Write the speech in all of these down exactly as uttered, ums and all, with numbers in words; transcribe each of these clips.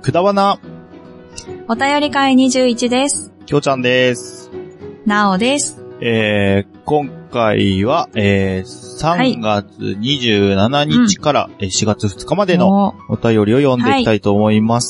くだばな。 お便り会にじゅういちです。 きょうちゃんです。 なおです。 えー、今回は、えー、さんがつにじゅうしちにちから、はい、しがつふつかまでのお便りを読んでいきたいと思います。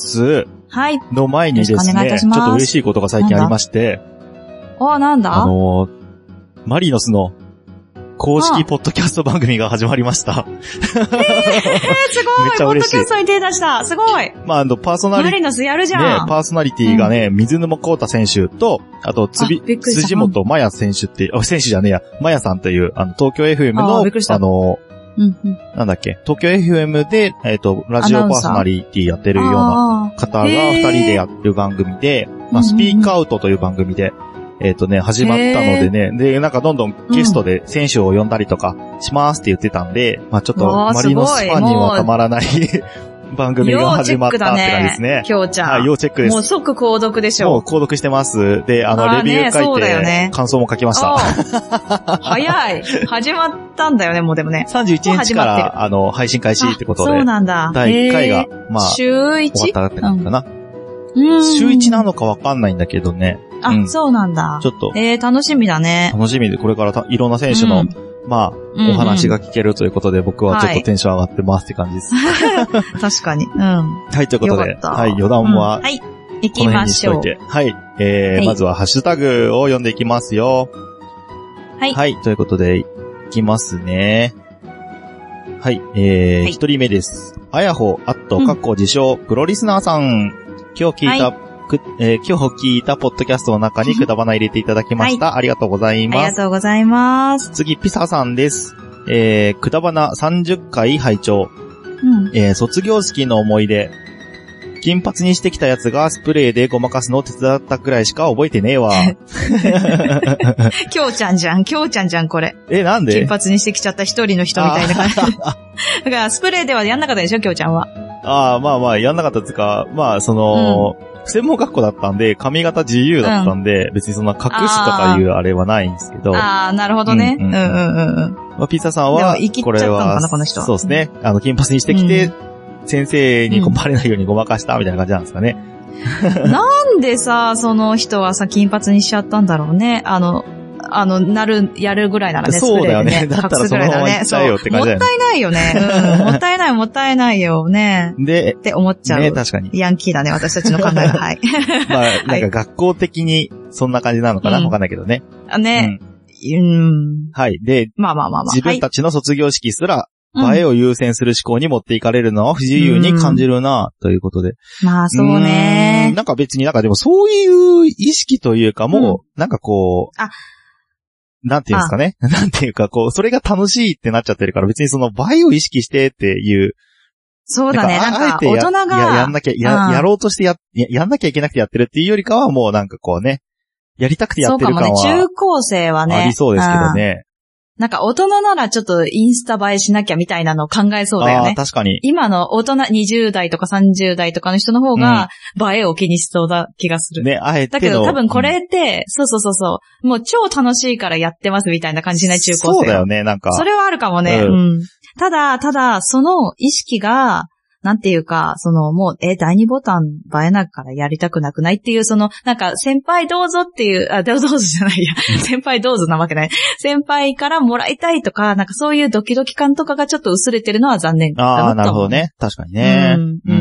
はい。 の前にですね、ちょっと嬉しいことが最近ありまして。 あ、なんだあのー、マリノスの公式ポッドキャスト番組が始まりました。えー、 すごいめっちゃ嬉しい。ポッドキャストに手出した。すごい。 まあ、あの、パーソナリティ。 マリノスやるじゃん。 ね、パーソナリティがね、うん、水沼孝太選手と、あと、つび、辻本麻也選手っていう、あ、選手じゃねえや、麻也さんという、あの、東京 エフエム の、あ, あの、うんうん、なんだっけ、東京 エフエム で、えっと、ラジオパーソナリティやってるような方が二人でやってる番組で、まあ、スピークアウトという番組で、えっとね、始まったのでね、で、なんかどんどんゲストで選手を呼んだりとかしますって言ってたんで、うん、まあちょっとマリノスファンにはたまらない番組が始まったって感じですね。 きょうちゃん。 はい、要チェックです。 もう即購読でしょ。 もう購読してます。で、あの、あレビュー書いて、ね、感想も書きました。 早い。始まったんだよね、もうでもね。 さんじゅういちにちから、あの、配信開始ってことで。 そうなんだ。 だいいっかいが、まあ、 週 いち? 終わったって感じかな。うん、週いちなのかわかんないんだけどね。 あ、うん、そうなんだ。 ちょっと。 えー、楽しみだね。 楽しみで、これからたいろんな選手の、うん、まあ、うんうん、お話が聞けるということで、僕はちょっとテンション上がってますって感じです。 はい、確かに。うん。 はい、ということで、はい、余談は、うん、 はい、行きましょう。 この辺にしといて、はい、えー、はい、まずはハッシュタグを読んでいきますよ。 はい。 はい、ということで、いきますね。はい、えー、一、はい、人目です。あやほ、あっと、かっこ自称、プロリスナーさん。今日聞いた、はいえー、今日聞いたポッドキャストの中にくだばな入れていただきました、はい。ありがとうございます。 ありがとうございます。 次、ピサさんです。えー、くだばなさんじゅっかい拝聴、うんえー。卒業式の思い出。金髪にしてきたやつがスプレーでごまかすのを手伝ったくらいしか覚えてねえわ。 きょうちゃんじゃん、きょうちゃんじゃん、これ。 え、なんで？ 金髪にしてきちゃった一人の人みたいな感じ。だからスプレーではやんなかったでしょ、きょうちゃんは。 ああ、まあまあ、やんなかったっていうか、まあ、その、うん専門学校だったんで、髪型自由だったんで、うん、別にそんな隠すとかいうあれはないんですけど。 ああ、なるほどね。うんうんうんうん。 まあ、ピッツァさんは、これは、そうですね。あの、金髪にしてきて、うん、先生にこうバレないようにごまかしたみたいな感じなんですかね。 なんでさ、その人はさ、金髪にしちゃったんだろうね。あの、あの、なる、やるぐらいならね、 そうだよね。だったらそのまま言っちゃえよって感じだよね。 もったいないよね。うん。もったいない、もったいないよね。 で、 って思っちゃう。 ね、確かに。 ヤンキーだね、私たちの考えが。はい。 まあ、なんか学校的にそんな感じなのかな、わ、うん、かんないけどね。 あ、ね。うん。 はい。で、 まあまあまあまあ。 自分たちの卒業式すら、映えを優先する思考に持っていかれるのは不自由に感じるな、ということで。 まあ、そうね。 んなんか別になんかでもそういう意識というかもう、なんかこう、 あ、 なんていうんですかね。なんていうか、こう、それが楽しいってなっちゃってるから、別にその倍を意識してっていう。 そうだね。なんか、大人が。 や、やんなきゃ、や、やろうとしてや、やんなきゃいけなくてやってるっていうよりかは、もうなんかこうね、やりたくてやってる感は。 そうかもね。中高生はね。 ありそうですけどね。 なんか大人ならちょっとインスタ映えしなきゃみたいなのを考えそうだよね。 あ、確かに。 今の大人にじゅう代とかさんじゅう代とかの人の方が映えを気にしそうだ気がする。 ね、あえて。 だけど多分これって、うん、そうそうそうそう、もう超楽しいからやってますみたいな感じしない中高生。 そうだよね、なんか。 それはあるかもね。うん。うん、ただ、ただ、その意識が、なんていうか、そのもう、え、第二ボタン映えなからやりたくなくないっていう、その、なんか、先輩どうぞっていう、あ、どうぞじゃないや。先輩どうぞなわけない。先輩からもらいたいとか、なんかそういうドキドキ感とかがちょっと薄れてるのは残念だなと思う。 ああ、なるほどね。確かにね。 うん、うん、うん。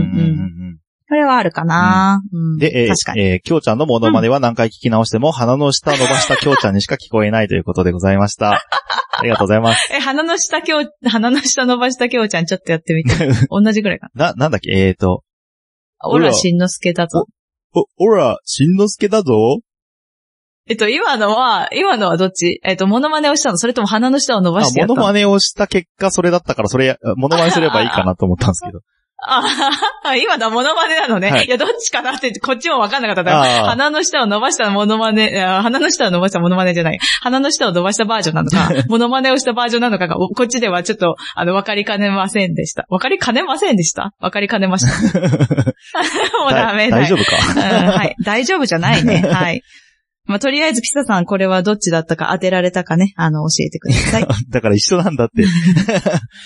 それはあるかな、うん、 で、えー、確かに。えー、きょうちゃんのモノマネは何回聞き直しても、うん、鼻の下伸ばしたきょうちゃんにしか聞こえないということでございました。ありがとうございます。 え、鼻の下きょう、鼻の下伸ばしたきょうちゃんちょっとやってみて。同じぐらいかな。な、なんだっけえーと。 オラ、しんのすけだぞ。 お、オラ、しんのすけだぞ。 えっと、今のは、今のはどっちえっと、モノマネをしたのそれとも鼻の下を伸ばしてやったの？ あ、モノマネをした結果それだったから、それ、モノマネすればいいかなと思ったんですけど。 ああ、今のはモノマネなのね。はい、いや、どっちかなって、こっちもわかんなかったから。鼻の下を伸ばしたモノマネ、鼻の下を伸ばしたモノマネじゃない。鼻の下を伸ばしたバージョンなのか、モノマネをしたバージョンなのかが、こっちではちょっと、あの、わかりかねませんでした。わかりかねませんでしたわかりかねました。もうダメだ。 大丈夫か、 うん、はい。大丈夫じゃないね。はい。まあ、とりあえず、ピサさん、これはどっちだったか当てられたかね、あの、教えてください。 だから一緒なんだって。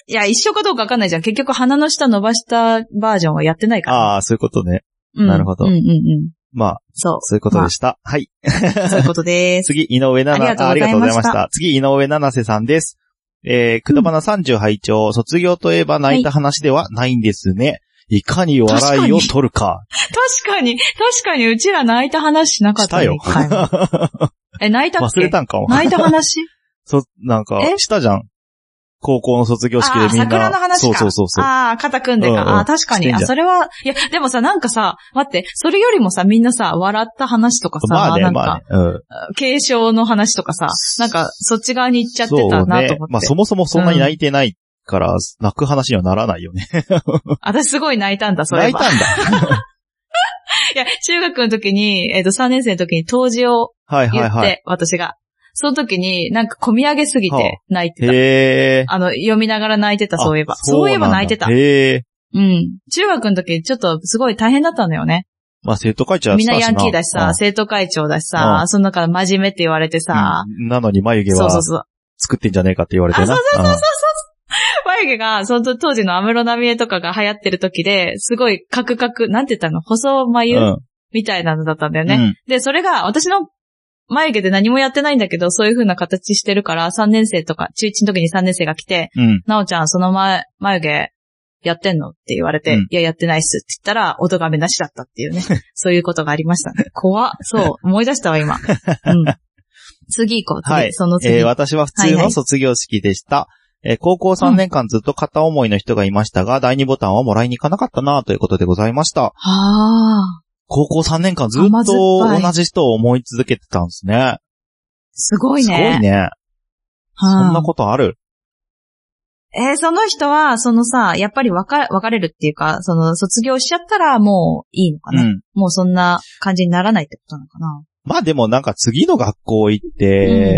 いや、一緒かどうかわかんないじゃん。結局鼻の下伸ばしたバージョンはやってないから、ね。 ああ、そういうことね。 うん、 なるほど。 うんうんうん。 まあ、そう。そういうことでした。まあ、はい。 そういうことです。 次、井上七、ありがとうございました。次、井上七瀬さんです。えー、くだばなさんじゅう拝聴、うん、卒業といえば泣いた話ではないんですね。はい、いかに笑いを取るか。 確かに、確かに、うちら泣いた話しなかったね。 したよ。 え、泣いたっけ？ 忘れたんかも。 泣いた話そ、なんか、したじゃん。高校の卒業式でみんな。 桜の話か。 そうそうそうそう。 ああ、肩組んでか。うんうん、ああ、確かに。あ、それは、いや、でもさ、なんかさ、待って、それよりもさ、みんなさ、笑った話とかさ、 まあね、 なんか、 まあね、うん、 継承の話とかさ、なんか、そっち側に行っちゃってたなと思って。ね、 まあそもそもそんなに泣いてないから、うん、泣く話にはならないよね。 私すごい泣いたんだ、それは。 泣いたんだ。 いや、中学の時に、えっと、さんねん生の時に当時を言って、はいはいはい、私が。その時になんか込み上げすぎて泣いてた。はあ、へー。あの、読みながら泣いてた、そういえば。そういえば泣いてた。 へー。 うん。中学の時ちょっとすごい大変だったのよね。 まあ生徒会長やってたしな。 みんなヤンキーだしさ、生徒会長だしさ、その中で真面目って言われてさ、 うん。なのに眉毛は作ってんじゃねえかって言われてな。 そうそうそうそうそう。眉毛が、その当時の安室奈美恵とかが流行ってる時で、すごいカクカク、なんて言ったの？細眉、うん、みたいなのだったんだよね。うん、で、それが私の眉毛で何もやってないんだけど、そういう風な形してるから、さんねん生とか、中いちの時にさんねん生が来て、うん、なおちゃん、その前、眉毛、やってんのって言われて、うん、いや、やってないっすって言ったら、お咎めなしだったっていうね。そういうことがありましたね。怖っ。そう、思い出したわ、今。うん。次行こう。次、はい、その次。 えー、私は普通の卒業式でした。はいはい、えー、高校さんねんかんずっと片思いの人がいましたが、うん、だいにボタンはもらいに行かなかったなということでございました。はあ。 高校さんねんかんずっと同じ人を思い続けてたんですね。 すごいね。 すごいね。そんなことある？ えー、その人は、そのさ、やっぱり別れ、別れるっていうか、その卒業しちゃったらもういいのかな、うん、もうそんな感じにならないってことなのかな。 まあでもなんか次の学校行って、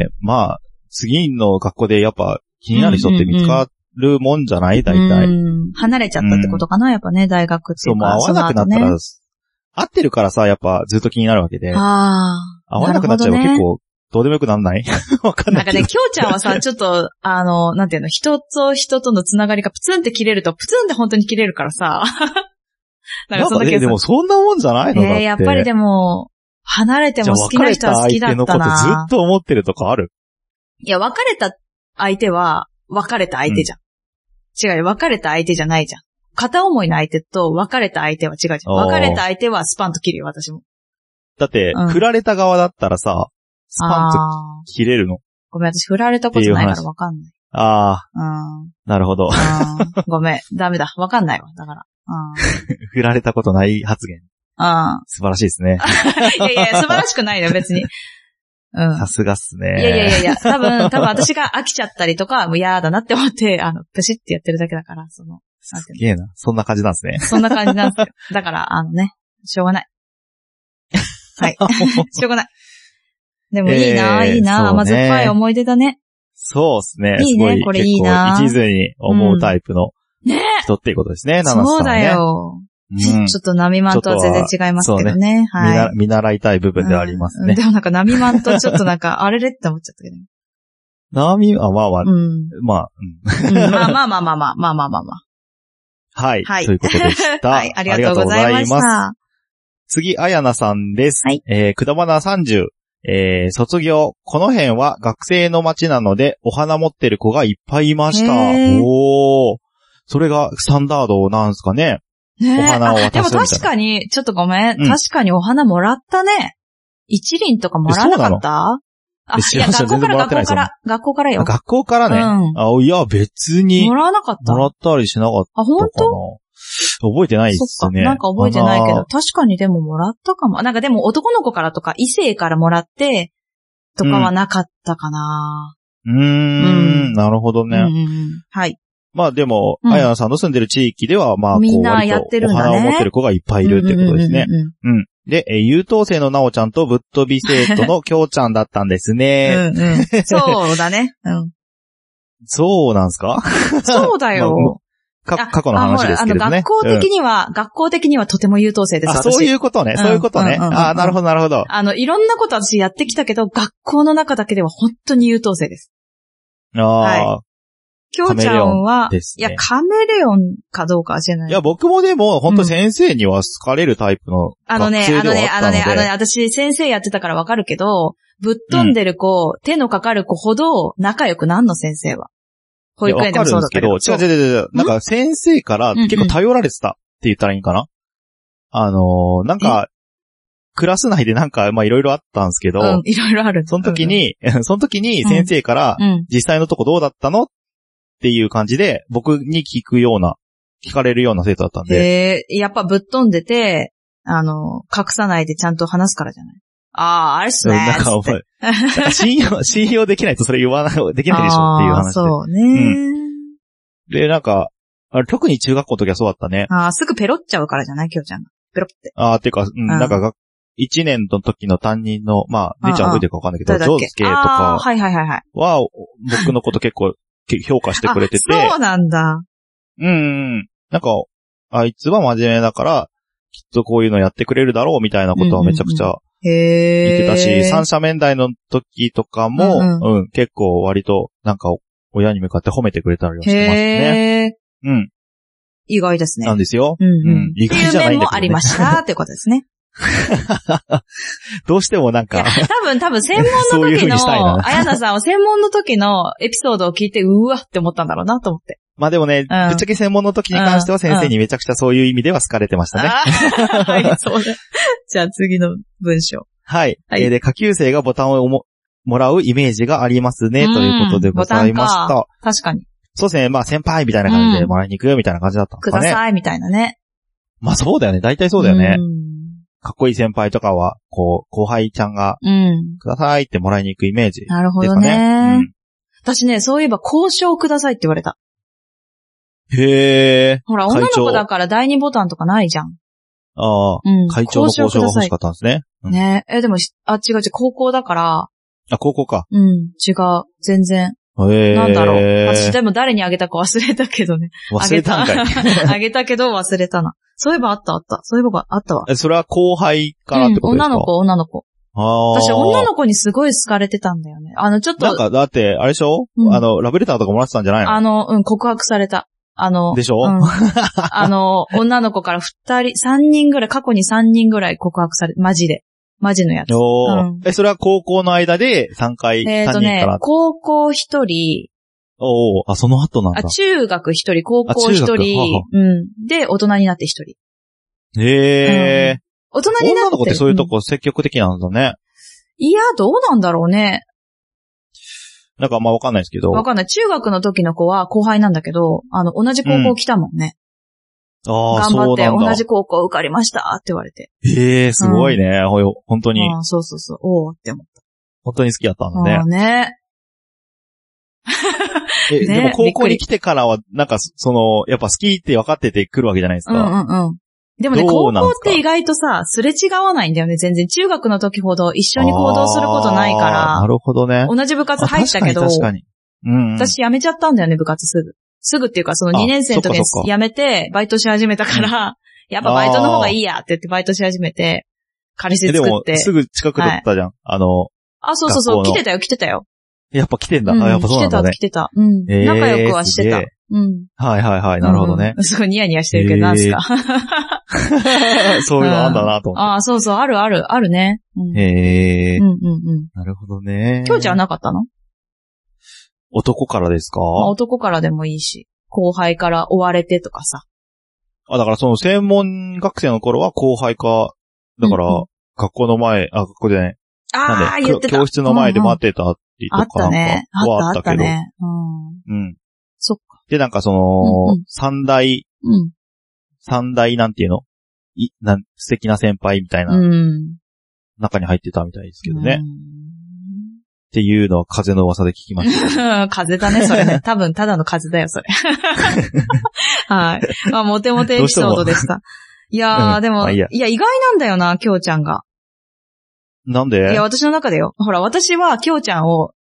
うん、まあ次の学校でやっぱ気になる人って見つかるもんじゃない？大体。 うん。離れちゃったってことかな、うん、やっぱね、大学っていうか。 そう、もう会わなくなったら、ね、会ってるからさ、やっぱずっと気になるわけで。ああ。会わなくなっちゃえば結構、どうでもよくなんないわかんない。 なんかね、きょうちゃんはさ、ちょっと、あの、なんていうの、人と人とのつながりがプツンって切れると、プツンって本当に切れるからさ。 なんかそんな気がする。でもそんなもんじゃないのだって。 えー、やっぱりでも、離れても好きな人は好きだったな。別れた相手のことずっと思ってるとかある？ いや、別れた相手は、別れた相手じゃん。うん、違うよ、別れた相手じゃないじゃん。片思いの相手と別れた相手は違うじゃん。別れた相手はスパンと切るよ、私も。 だって、うん、振られた側だったらさ、スパンと切れるの？ ごめん、私振られたことないからわかんない。 ああ。うん。なるほど。 ごめん、ダメだ。わかんないわ。だから。 振られたことない発言。 うん。 素晴らしいですね。 いやいや、素晴らしくないよ、別に。うん。 さすがっすね。 いやいやいやいや、多分、多分私が飽きちゃったりとか、もう嫌だなって思って、あの、プシってやってるだけだから、その。 すげえな。そんな感じなんですね。 そんな感じなんですよ。だから、あのね、しょうがない。はい。しょうがない。でもいいな、えー、いいな、甘酸っぱい思い出だね。 そうですね。 いいね、これいいな。 一途に思うタイプの人っていうことですね、ナナさんね。 そうだよ。うん、ちょっと波マンとは全然違いますけどね。ねはい。見習いたい部分ではありますね。うん、 でもなんか波マンとちょっとなんか、あれれって思っちゃったけど。 波、あ、まあまあ、うん、まあ、 うん、まあまあまあまあまあまあまあまあまあ。 はい。はい。ということでした。 はい。ありがとうございました。 次、あやなさんです。はい。えー、くだばなさんじゅう。えー、卒業。この辺は学生の街なので、お花持ってる子がいっぱいいました。おー。それがスタンダードなんですかね。ねお花を渡すみたいな。 でも確かに、ちょっとごめん。うん、確かにお花もらったね。一輪とかもらわなかったあ、いや、学校から、学校から、学校からよ。 学校からね。うん。あ、いや、別に。 もらわなかったもらったりしなかったかな。あ、本当？覚えてないっすね。 なんか覚えてないけど、確かにでももらったかも。なんかでも男の子からとか異性からもらって、とかはなかったかな。 うーん、うんなるほどね。うん、 はい。 まあでも、あやなさんの住んでる地域では、まあ、こう、 みんなやってるんだね。 お花を持ってる子がいっぱいいるってことですね。うん。で、えー、優等生のなおちゃんとぶっ飛び生徒のきょうちゃんだったんですね。 うんうん。そうだね。うん。 そうなんすか？ そうだよ。 か過去の話ですけれどね。 学校的には、うん、学校的にはとても優等生です。 あ、そういうことね。うん、そういうことね。うんうんうんうん、あ、なるほど、なるほど。 あの、いろんなこと私やってきたけど、学校の中だけでは本当に優等生です。 ああ、はい。 きょうちゃんは、ね、いや、カメレオンかどうかは知らない。 いや、僕もでも、本当先生には好かれるタイプの学生ではあったので、うん。あのね、あのね、あのね、あのね、 私先生やってたからわかるけど、ぶっ飛んでる子、うん、手のかかる子ほど仲良くなんの先生は。保育園でもそうだったけど。 違う違う違う違う。なんか先生から結構頼られてたって言ったらいいんかな、うんうん、あのー、なんか、クラス内でなんか、まあいろいろあったんですけど、うん、 いろいろある。 その時に、うん、その時に先生から、実際のとこどうだったのっていう感じで、僕に聞くような、聞かれるような生徒だったんで。 へえ、やっぱぶっ飛んでて、あの、隠さないでちゃんと話すからじゃない。ああ、あれっすね。 なんかお前、なんか信用、信用できないとそれ言わない、できないでしょっていう話で。 そうね、 うん。で、なんか、あれ特に中学校の時はそうだったね。 ああ、すぐペロっちゃうからじゃないきょうちゃんが。ペロって。 ああ、っていうか、うん、うん、なんか、一年の時の担任の、まあ、姉ちゃん覚えてるかわかんないけど、ジョーズケとか、 はいはいはいはい。 は、僕のこと結構評価してくれてて。 そうなんだ。 うん。なんか、あいつは真面目だから、きっとこういうのやってくれるだろうみたいなことはめちゃくちゃ言ってたし、うんうんうん、三者面談の時とかも、うんうん、うん、結構割と、なんか、親に向かって褒めてくれたりはしてますね。 へうん。 意外ですね。 なんですよ。 うん、うん。うん。 意外じゃないんだけど、ね。っていう面もありましたっていうことですね。 どうしてもなんか。 多分多分専門の時の、あやなさんは専門の時のエピソードを聞いて、うわって思ったんだろうなと思って。 まあでもね、うん、ぶっちゃけ専門の時に関しては先生にめちゃくちゃそういう意味では好かれてましたね。 はい、そうだ。じゃあ次の文章。 はい。はい、で、下級生がボタンをも、もらうイメージがありますね、ということでございました。 確かに。 そうですね。まあ先輩みたいな感じでもらいに行くみたいな感じだったんですかね。 くださいみたいなね。 まあそうだよね。大体そうだよね。かっこいい先輩とかは、こう、後輩ちゃんが、うん、くださいってもらいに行くイメージですかね。 なるほどね、うん。私ね、そういえば交渉くださいって言われた。 へー。 ほら、女の子だから第二ボタンとかないじゃん。 ああ、うん、会長の交渉が欲しかったんですね。 うん、ねえ、でも、あ、違う違う、高校だから。 あ、高校か。 うん、違う、全然。 へー。 なんだろう。私でも誰にあげたか忘れたけどね。 忘れたんかい。 あげたけど忘れたな。そういえばあったあった。そういえばあったわ。 え、それは後輩からってことですか？ うん、女の子、女の子。 ああ。 私女の子にすごい好かれてたんだよね。あの、ちょっと。 なんか、だって、あれでしょ、うん、あの、ラブレターとかもらってたんじゃないの？ あの、うん、告白された。あの、 でしょ、うん、 あの、女の子から二人、三人ぐらい、過去に三人ぐらい告白され、マジで。マジのやつ。 おー。うん、え、それは高校の間で三回、 えーとね、高校一人、 おー、あ、その後なんだ。 あ、中学一人、高校一人、ははうん。で、大人になって一人。 へー、うん。 大人になって。 女の子ってそういうとこ積極的なんだね。 いや、どうなんだろうね。 なんかあんまわかんないですけど。 わかんない。中学の時の子は後輩なんだけど、あの、同じ高校来たもんね。 うん、ああ、 頑張って同じ高校受かりましたって言われて。 へえー、すごいね。うん、本当に。 あそうそうそう。おーって思った。 本当に好きだったんだね。 あね。 え、ね、でも高校に来てからは、なんか、その、やっぱ好きって分かってて来るわけじゃないですか。 うんうんうん。でもね、高校って意外とさ、すれ違わないんだよね、全然。中学の時ほど一緒に行動することないから。 なるほどね。 同じ部活入ったけど。 確かに、確かに。うん、うん。 私辞めちゃったんだよね、部活すぐ。すぐっていうか、そのにねん生の時に辞めて、バイトし始めたから、うん、やっぱバイトの方がいいやって言ってバイトし始めて、彼氏作って。 でも、すぐ近くだったじゃん。はい、あの、 あ、そうそうそう、来てたよ、来てたよ。 やっぱ来てんだ。うん、あ、やっぱそうなんだね。 来てた、来てた。うん。えー、仲良くはしてた。うん。 はいはいはい。なるほどね。 うん、すごいニヤニヤしてるけど、なんすか。 そういうのあんだなと思って。 うん、ああ、そうそう、あるある、あるね。 うん、へえ。 うんうんうん。 なるほどね。 きょうちゃんはなかったの？ 男からですか？ まあ、男からでもいいし、後輩から追われてとかさ。 あ、だからその専門学生の頃は後輩か、だから、うんうん、学校の前、あ、学校でね。 ああ、言ってた。 教室の前で待ってたっていうとかなんかはあったけど。あったね。 うん。うん。 そっか。 で、なんかその、うんうん、三大、うん、三大なんていうのいなん素敵な先輩みたいな、うん、中に入ってたみたいですけどね。うん、っていうのは風の噂で聞きました。 風だね、それね。多分ただの風だよ、それ。はい。まあ、モテモテエピソードでした。いやー、うん、でも、まあいいや、いや、意外なんだよな、きょうちゃんが。 なんで？ いや、私の中でよ。ほら、私はきょうちゃんを、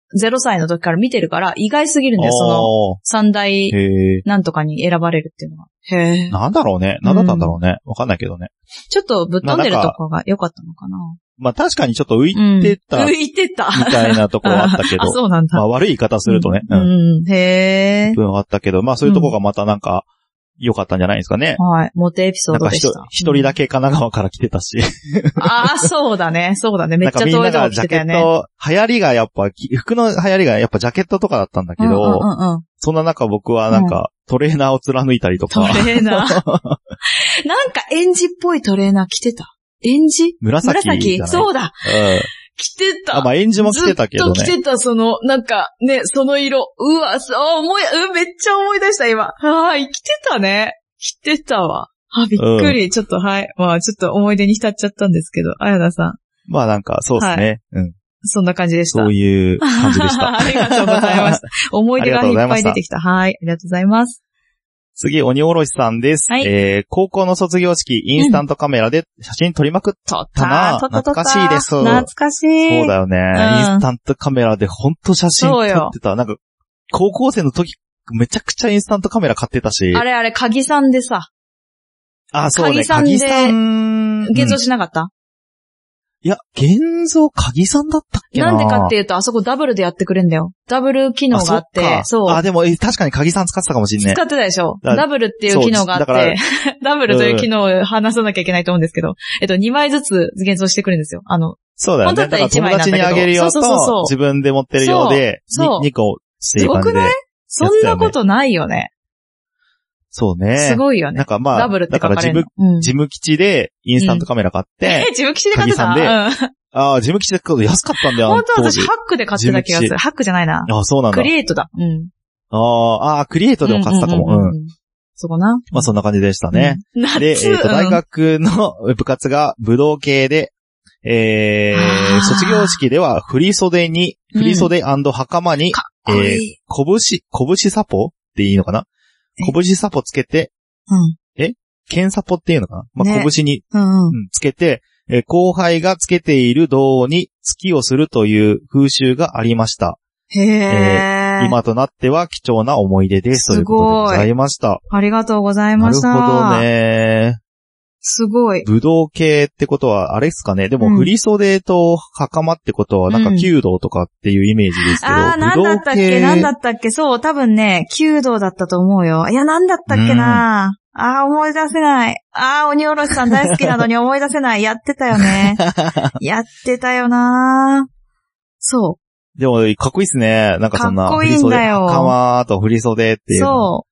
ゼロさいの時から見てるから、意外すぎるんだよ、その、三大、なんとかに選ばれるっていうのは。へー。 なんだろうね。なんだったんだろうね。わ、うん、かんないけどね。 ちょっとぶっ飛んでるとこが良かったのかな。 まあ確かにちょっと浮いてた。 うん、浮いてた。 みたいなとこはあったけど。 あ、そうなんだ。 まあ悪い言い方するとね。 うん。うん、へー。 分あったけど、まあそういうとこがまたなんか、良かったんじゃないですかね。 はい。モテエピソードでした。 なんか一人だけ神奈川から来てたし。 ああ、そうだね。そうだね。めっちゃ遠いとこ来てたよね。なんかみんながジャケット、 流行りがやっぱ、服の流行りがやっぱジャケットとかだったんだけど、うんうんうん、そんな中僕はなんか、トレーナーを貫いたりとか。 トレーナーなんかエンジっぽいトレーナー着てた。エンジ紫紫そうだ。うん着てた。 あ、まあ、エンジも着てたけどね。 ずっと着てた、その、なんか、ね、その色。うわ、そう、思い、うん、めっちゃ思い出した、今。はい、着てたね。着てたわ。あ、びっくり。うん、ちょっと、はい。まあ、ちょっと思い出に浸っちゃったんですけど、あやなさん。 まあ、なんか、そうですね、はい。うん。 そんな感じでした。 そういう感じでした。 ありがとうございました。思い出がいっぱい出てきた。はい。ありがとうございます。 次、鬼おろしさんです。はい、えー、高校の卒業式、インスタントカメラで写真撮りまくったな。うん、懐かしいです。 懐かしい。 そうだよね。うん、インスタントカメラでほんと写真撮ってた。なんか、高校生の時、めちゃくちゃインスタントカメラ買ってたし。 あれあれ、鍵さんでさ。 あ、そうね。 鍵さんで、現像しなかった、うんいや、現像鍵さんだったっけな。 なんでかっていうと、あそこダブルでやってくれんだよ。ダブル機能があって、そう。 あ、でも確かに鍵さん使ってたかもしんね。 使ってたでしょ。ダブルっていう機能があって、ダブルという機能を話さなきゃいけないと思うんですけど、えっと、にまいずつ現像してくれるんですよ。あの、 そうだよね。本当だったらいちまいなんだけど。友達にあげる用と、そうそうそうそう自分で持ってる用で、にこしていく感じで、ね。すごくないそんなことないよね。 そうね。 すごいよね。 なんかまあ、 ダブルって書かれるだから事務、うん、事務基地でインスタントカメラ買って、うん、 え、事務基地で買ってたで、うん、ああ、事務基地で買うと安かったんだよ。 本当私ハックで買ってた気がする。ハックじゃないな。 ああ、そうなんだ。 クリエイトだ。うん。 ああ、クリエイトでも買ってたかも。うん。うんうんうん、 そこな。 まあそんな感じでしたね。 うん、 で、えっ、ー、と、大学の部活が武道系で、えー、卒業式では振り袖に、振り袖&袴に、うん、えー、拳、拳サポっていいのかな拳サポつけて、 うん、 え剣サポっていうのかな、まあね、拳に、 うんうん、 つけて、えー、後輩がつけている胴に突きをするという風習がありました。 へー、えー。今となっては貴重な思い出です。ということでございました。 ありがとうございました。 なるほどね。 すごい。 武道系ってことは、あれですかね。でも、振り袖と袴ってことは、なんか弓道とかっていうイメージですけど。うん、 ああ、なんだったっけなんだったっけそう、多分ね、弓道だったと思うよ。いや、なんだったっけな、うん、ああ、思い出せない。ああ、鬼おろしさん大好きなのに思い出せない。やってたよね。やってたよなそう。 でも、かっこいいっすね。なんかそんな。 かっこいいんだよ。 袴と振り袖っていう。 そう。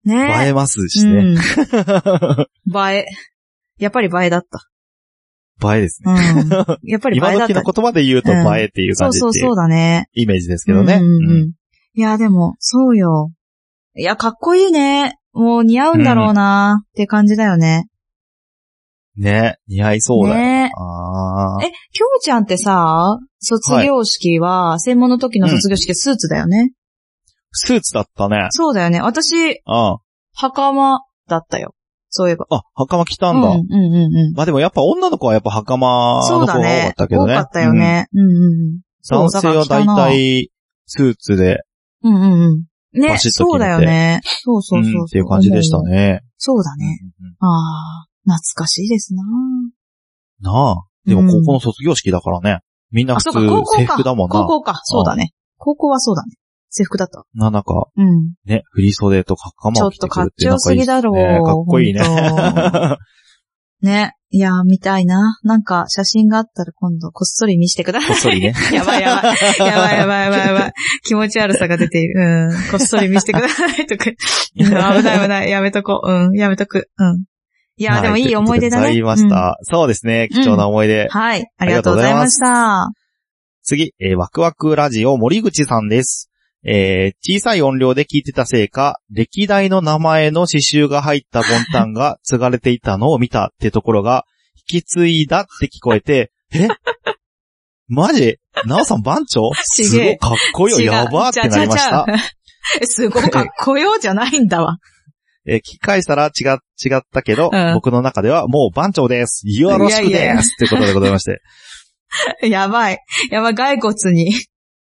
ね。 映えますしね。うん、 映え。やっぱり映えだった。 映えですね。 うん、やっぱり映えだった。 今時の言葉で言うと映えっていう感じっていう、うん、そうそうそうだね。イメージですけどね。 うんうんうん、いや、でも、そうよ。いや、かっこいいね。もう似合うんだろうな、うん、って感じだよね。 ね、似合いそうだよ。 ね、 あえ、きょうちゃんってさ、卒業式は、はい、専門の時の卒業式スーツだよね、うん。 スーツだったね。 そうだよね。私、 ああ袴だったよ。そういえば。 あ、袴着たんだ。 うんうんうんうん。 まあでもやっぱ女の子はやっぱ袴の子が多かったけどね。 多かったよね。うんうんうん。 男性は大体スーツで。 うんうんうん。ね、バシッと決めてそうだよね。そうそうそうそう、うん。 っていう感じでしたね。 そうだね。うんうん、ああ、懐かしいですななあ。でも高校の卒業式だからね。みんな普通制服だもんな。 高校か。そうだね。高校はそうだね。制服だった。 な、なんか、 うん。 ね、振り袖と袴を着てくるっていうのがいい、ね。ちょっとかっちょよすぎだろう。ね、かっこいいね。 ね。いやー、見たいな。なんか、写真があったら今度、こっそり見せてください。 こっそりね。 やばいやばい。やばいやばいやばいやばい。気持ち悪さが出ている。うん。こっそり見せてください。とか。危ない危ない。やめとこう。うん。やめとく。うん。いやー、でもいい思い出だね。 ありました、うん。そうですね。貴重な思い出。 うん、はい。ありがとうございました。 次、えー、ワクワクラジオ森口さんです。えー、小さい音量で聞いてたせいか、歴代の名前の刺繍が入ったボンタンが継がれていたのを見たってところが、引き継いだって聞こえて、えマジなおさん番長すごいかっこよ、やばーってなりました。 すごいかっこよじゃないんだわ。 えー、聞き返したら違、違ったけど、うん、僕の中ではもう番長です。よろしくです。ってことでございまして。 やばい。やばい、骸骨に。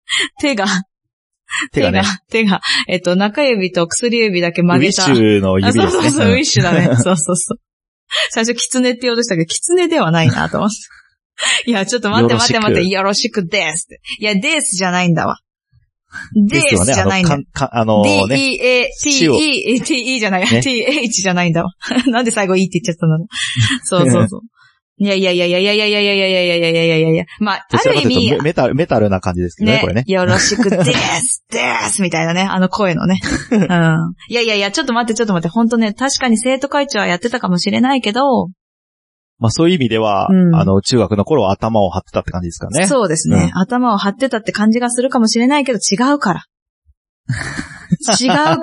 手が、 手がね。 手が、手が、えっと、中指と薬指だけ曲げた。 ウィッシュの指ですね。 あ、そうそうそう、ウィッシュだね。そうそうそう。最初、キツネって言おうとしたけど、キツネではないなと思って。いや、ちょっと待って待って待って、よろしくですって。いや、ですじゃないんだわ。ですじゃないんだ。 あのー、ね。 ディーイーエーティーイー、ティーイー じゃない。ね、ティーエイチ じゃないんだわ。なんで最後 E って言っちゃったんだろう。そうそうそう。いやいやいやいやいやいやいやいやいやいやいやいやいやいやいや。まあ、ある意味。 メタル、メタルな感じですけどね、これね。 よろしくですですみたいなね、あの声のね。うん。いやいやいや、ちょっと待ってちょっと待って、ほんとね、確かに生徒会長はやってたかもしれないけど、 まあそういう意味では、うん、あの、中学の頃は頭を張ってたって感じですかね。 そうですね、うん。頭を張ってたって感じがするかもしれないけど、違うから。違うから。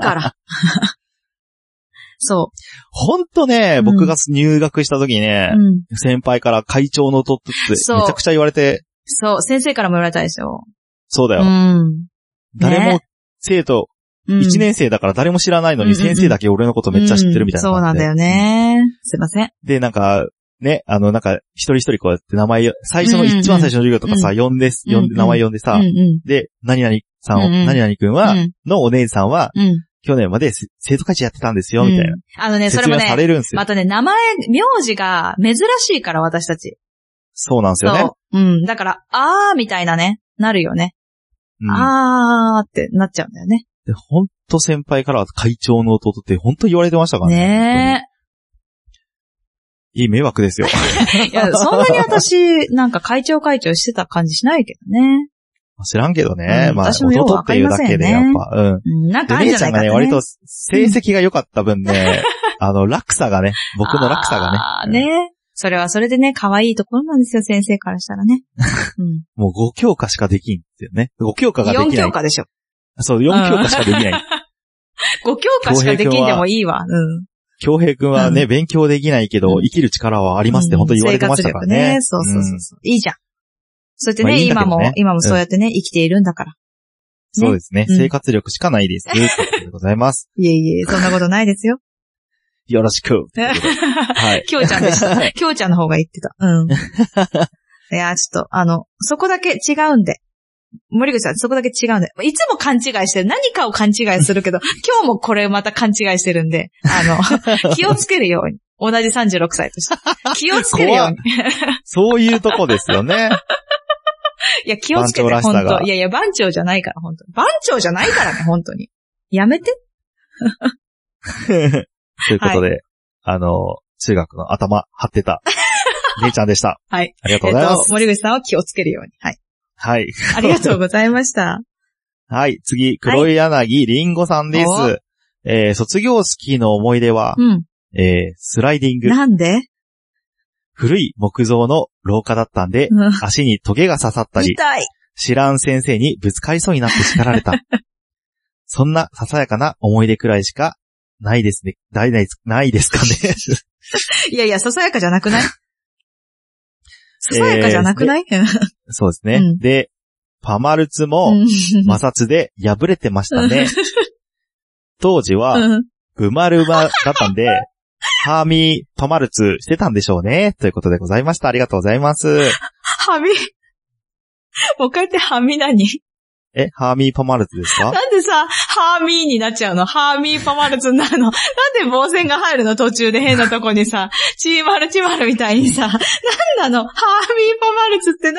そう。 ほんとね、うん、僕が入学した時にね、うん、先輩から会長の弟ってめちゃくちゃ言われて。 そう、先生からも言われたでしょ。 そうだよ。 うん、 誰も生徒、ね、いちねん生だから誰も知らないのに、うん、先生だけ俺のことめっちゃ知ってるみたいな感じで、うん、 そうなんだよね。すいません。 で、なんか、ね、あの、なんか、一人一人こうやって名前、最初の一番最初の授業とかさ、うん、呼んで、呼んで、名前呼んでさ、うん、で、何々さんを、うん、何々くんは、うん、のお姉さんは、うん、去年まで生徒会長やってたんですよ、みたいな。うん、 あのね、それもね、 されるんですよ。 またね、名前、名字が珍しいから、私たち。 そうなんですよね。そう。 うん。だから、あーみたいなね、なるよね。うん、あーってなっちゃうんだよね。 で、ほんと先輩からは会長の弟ってほんと言われてましたからね。 ねえ。 いい迷惑ですよ。 いや、そんなに私、なんか会長会長してた感じしないけどね。 知らんけどね。 うん、 まあ、弟っていうだけで、やっぱ、うん。 なんかあるんじゃないか、ね。姉ちゃんがね、 割と成績が良かった分ね、うん、あの、落差がね、僕の落差がね。 ああ、ね。それはそれでね、可愛いところなんですよ、先生からしたらね。 うん、もうご教科しかできんってね。ご教科ができない。 よん教科でしょ。 そう、よん教科しかできない。 ご教科しかできんでもいいわ。うん。 京平くんはね、うん、勉強できないけど、うん、生きる力はありますって本当に言われてましたからね。 生活力ね。そうそうそうそう、うん。いいじゃん。そうやってね、まあいいね、今も、今もそうやってね、うん、生きているんだから。ね、 そうですね、うん。生活力しかないです。ということでございます。 いえいえ、そんなことないですよ。 よろしく。はい。 きょうちゃんでした。きょうちゃんの方が言ってた。うん。いや、ちょっと、あの、そこだけ違うんで。森口さん、そこだけ違うんで。いつも勘違いしてる。何かを勘違いするけど、今日もこれまた勘違いしてるんで、あの、気をつけるように。同じさんじゅうろくさいとして。気をつけるように。 そういうとこですよね。 いや、気をつけて、本当いやいや、番長じゃないから、本当に。番長じゃないからね、本当に。やめて。 ということで、はい、あの、中学の頭張ってた、姉ちゃんでした。 はい。 ありがとうございます。 えっと、森口さんは気をつけるように。はい。 はい。 ありがとうございました。 はい。次、黒柳りんごさんです。はい、えー、卒業式の思い出は、うん、えー、スライディング。 なんで？ 古い木造の廊下だったんで、うん、足にトゲが刺さったり、 痛い。 知らん先生にぶつかりそうになって叱られた。そんなささやかな思い出くらいしかないですね。ないです、ないですかね。 いやいや、ささやかじゃなくない？ささやかじゃなくない？えー、 そうですね。うん、で、パマルツも摩擦で破れてましたね。当時は、ブマルマだったんで、ハーミーパマルツしてたんでしょうね。ということでございました。ありがとうございます。 ハミもう一回言ってハミ何？ え、ハーミーパマルツですか？ なんでさ、ハーミーになっちゃうの？ハーミーパマルツになるの？なんで棒線が入るの？途中で変なとこにさ、チーマルチマルみたいにさ、なんなの？ハーミーパマルツってな。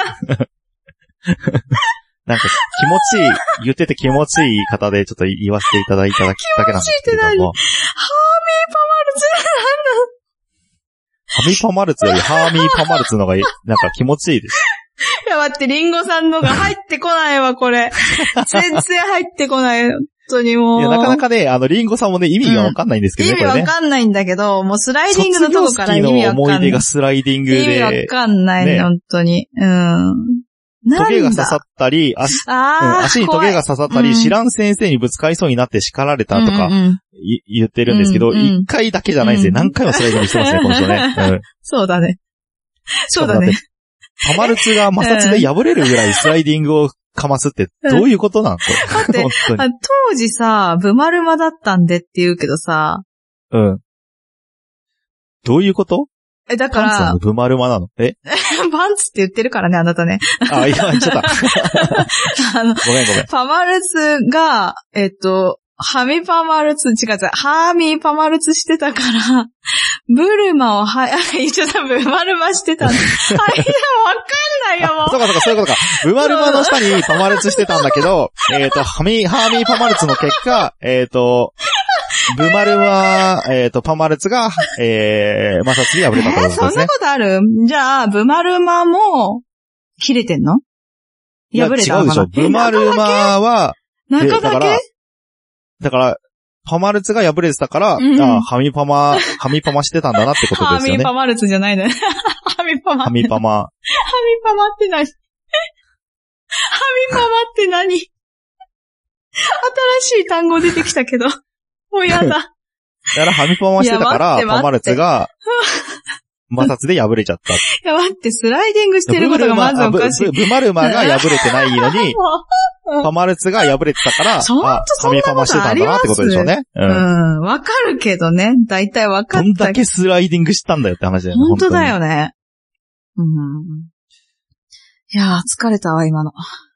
なんか気持ちいい、言ってて気持ちいい方でちょっと言わせていただいただけなんですけれども。気持ちいいって何？ハーミーパマルツって何なの？ハーミーパマルツよりハーミーパマルツの方がなんか気持ちいいです。 いや待って、リンゴさんのが入ってこないわ、これ。全然入ってこない。本当にもう。 いや、なかなかね、あの、リンゴさんもね、意味がわかんないんですけどね、うん、 これね。意味わかんないんだけど、もうスライディングのとこから意味わかんない。卒業式の思い出がスライディングで。 意味わかんない、ね、本当に。うん。 トゲが刺さったり、足、うん、足にトゲが刺さったり、知らん先生にぶつかりそうになって叱られたとか、うんうん、言ってるんですけど、一、うんうん、回だけじゃないですね。何回もスライディングしてますね、この人ね。うん、そうだね。 そうだね。 パマルツが摩擦で破れるぐらいスライディングをかますってどういうことなんですか？ だって当時さ、ブマルマだったんでって言うけどさ。 うん。どういうこと？ え、だから。 パンツなの？ブマルマなの？えパンツって言ってるからね、あなたね。 あ、言わんちゃった。 あの、 ごめんごめん。 パマルツが、えっと、ハミパマルツ、違う違う、ハーミーパマルツしてたから、ブルマをは、一応さ、ブマルマしてたんだ。あれでもわかんないよ、もう。 そうかそうか、そういうことか。ブマルマの下にパマルツしてたんだけど、えっと、ハミ、ハーミーパマルツの結果、えっと、ブマルマ、えっと、パマルツが、えー、摩擦に破れたということですね。 えー、そんなことある？じゃあ、ブマルマも、切れてんの？破れたのかな？ 違うでしょ。ブマルマは、 中だけ？ だから、パマルツが破れてたから、うん、あハミパマ、ハミパマしてたんだなってことですよね。 ハミパマルツじゃないね。ハミパマ。 ハミパマ。 ハミパマって何？ハミパマって何？新しい単語出てきたけど。もうやだ。だからハミパマしてたから、パマルツが、摩擦で破れちゃった。いや、待って、スライディングしてることがまずおかしい。 ブ, ブ, ブマルマが破れてないのに、パマルツが破れてたから、 そんとそんなことあります？ハミパマしてたんだなってことでしょうね。うん。わ、うん、かるけどね。だいたいわかった。 どんだけスライディングしたんだよって話だよね。 本当だよね。うん。いやー、疲れたわ、今の。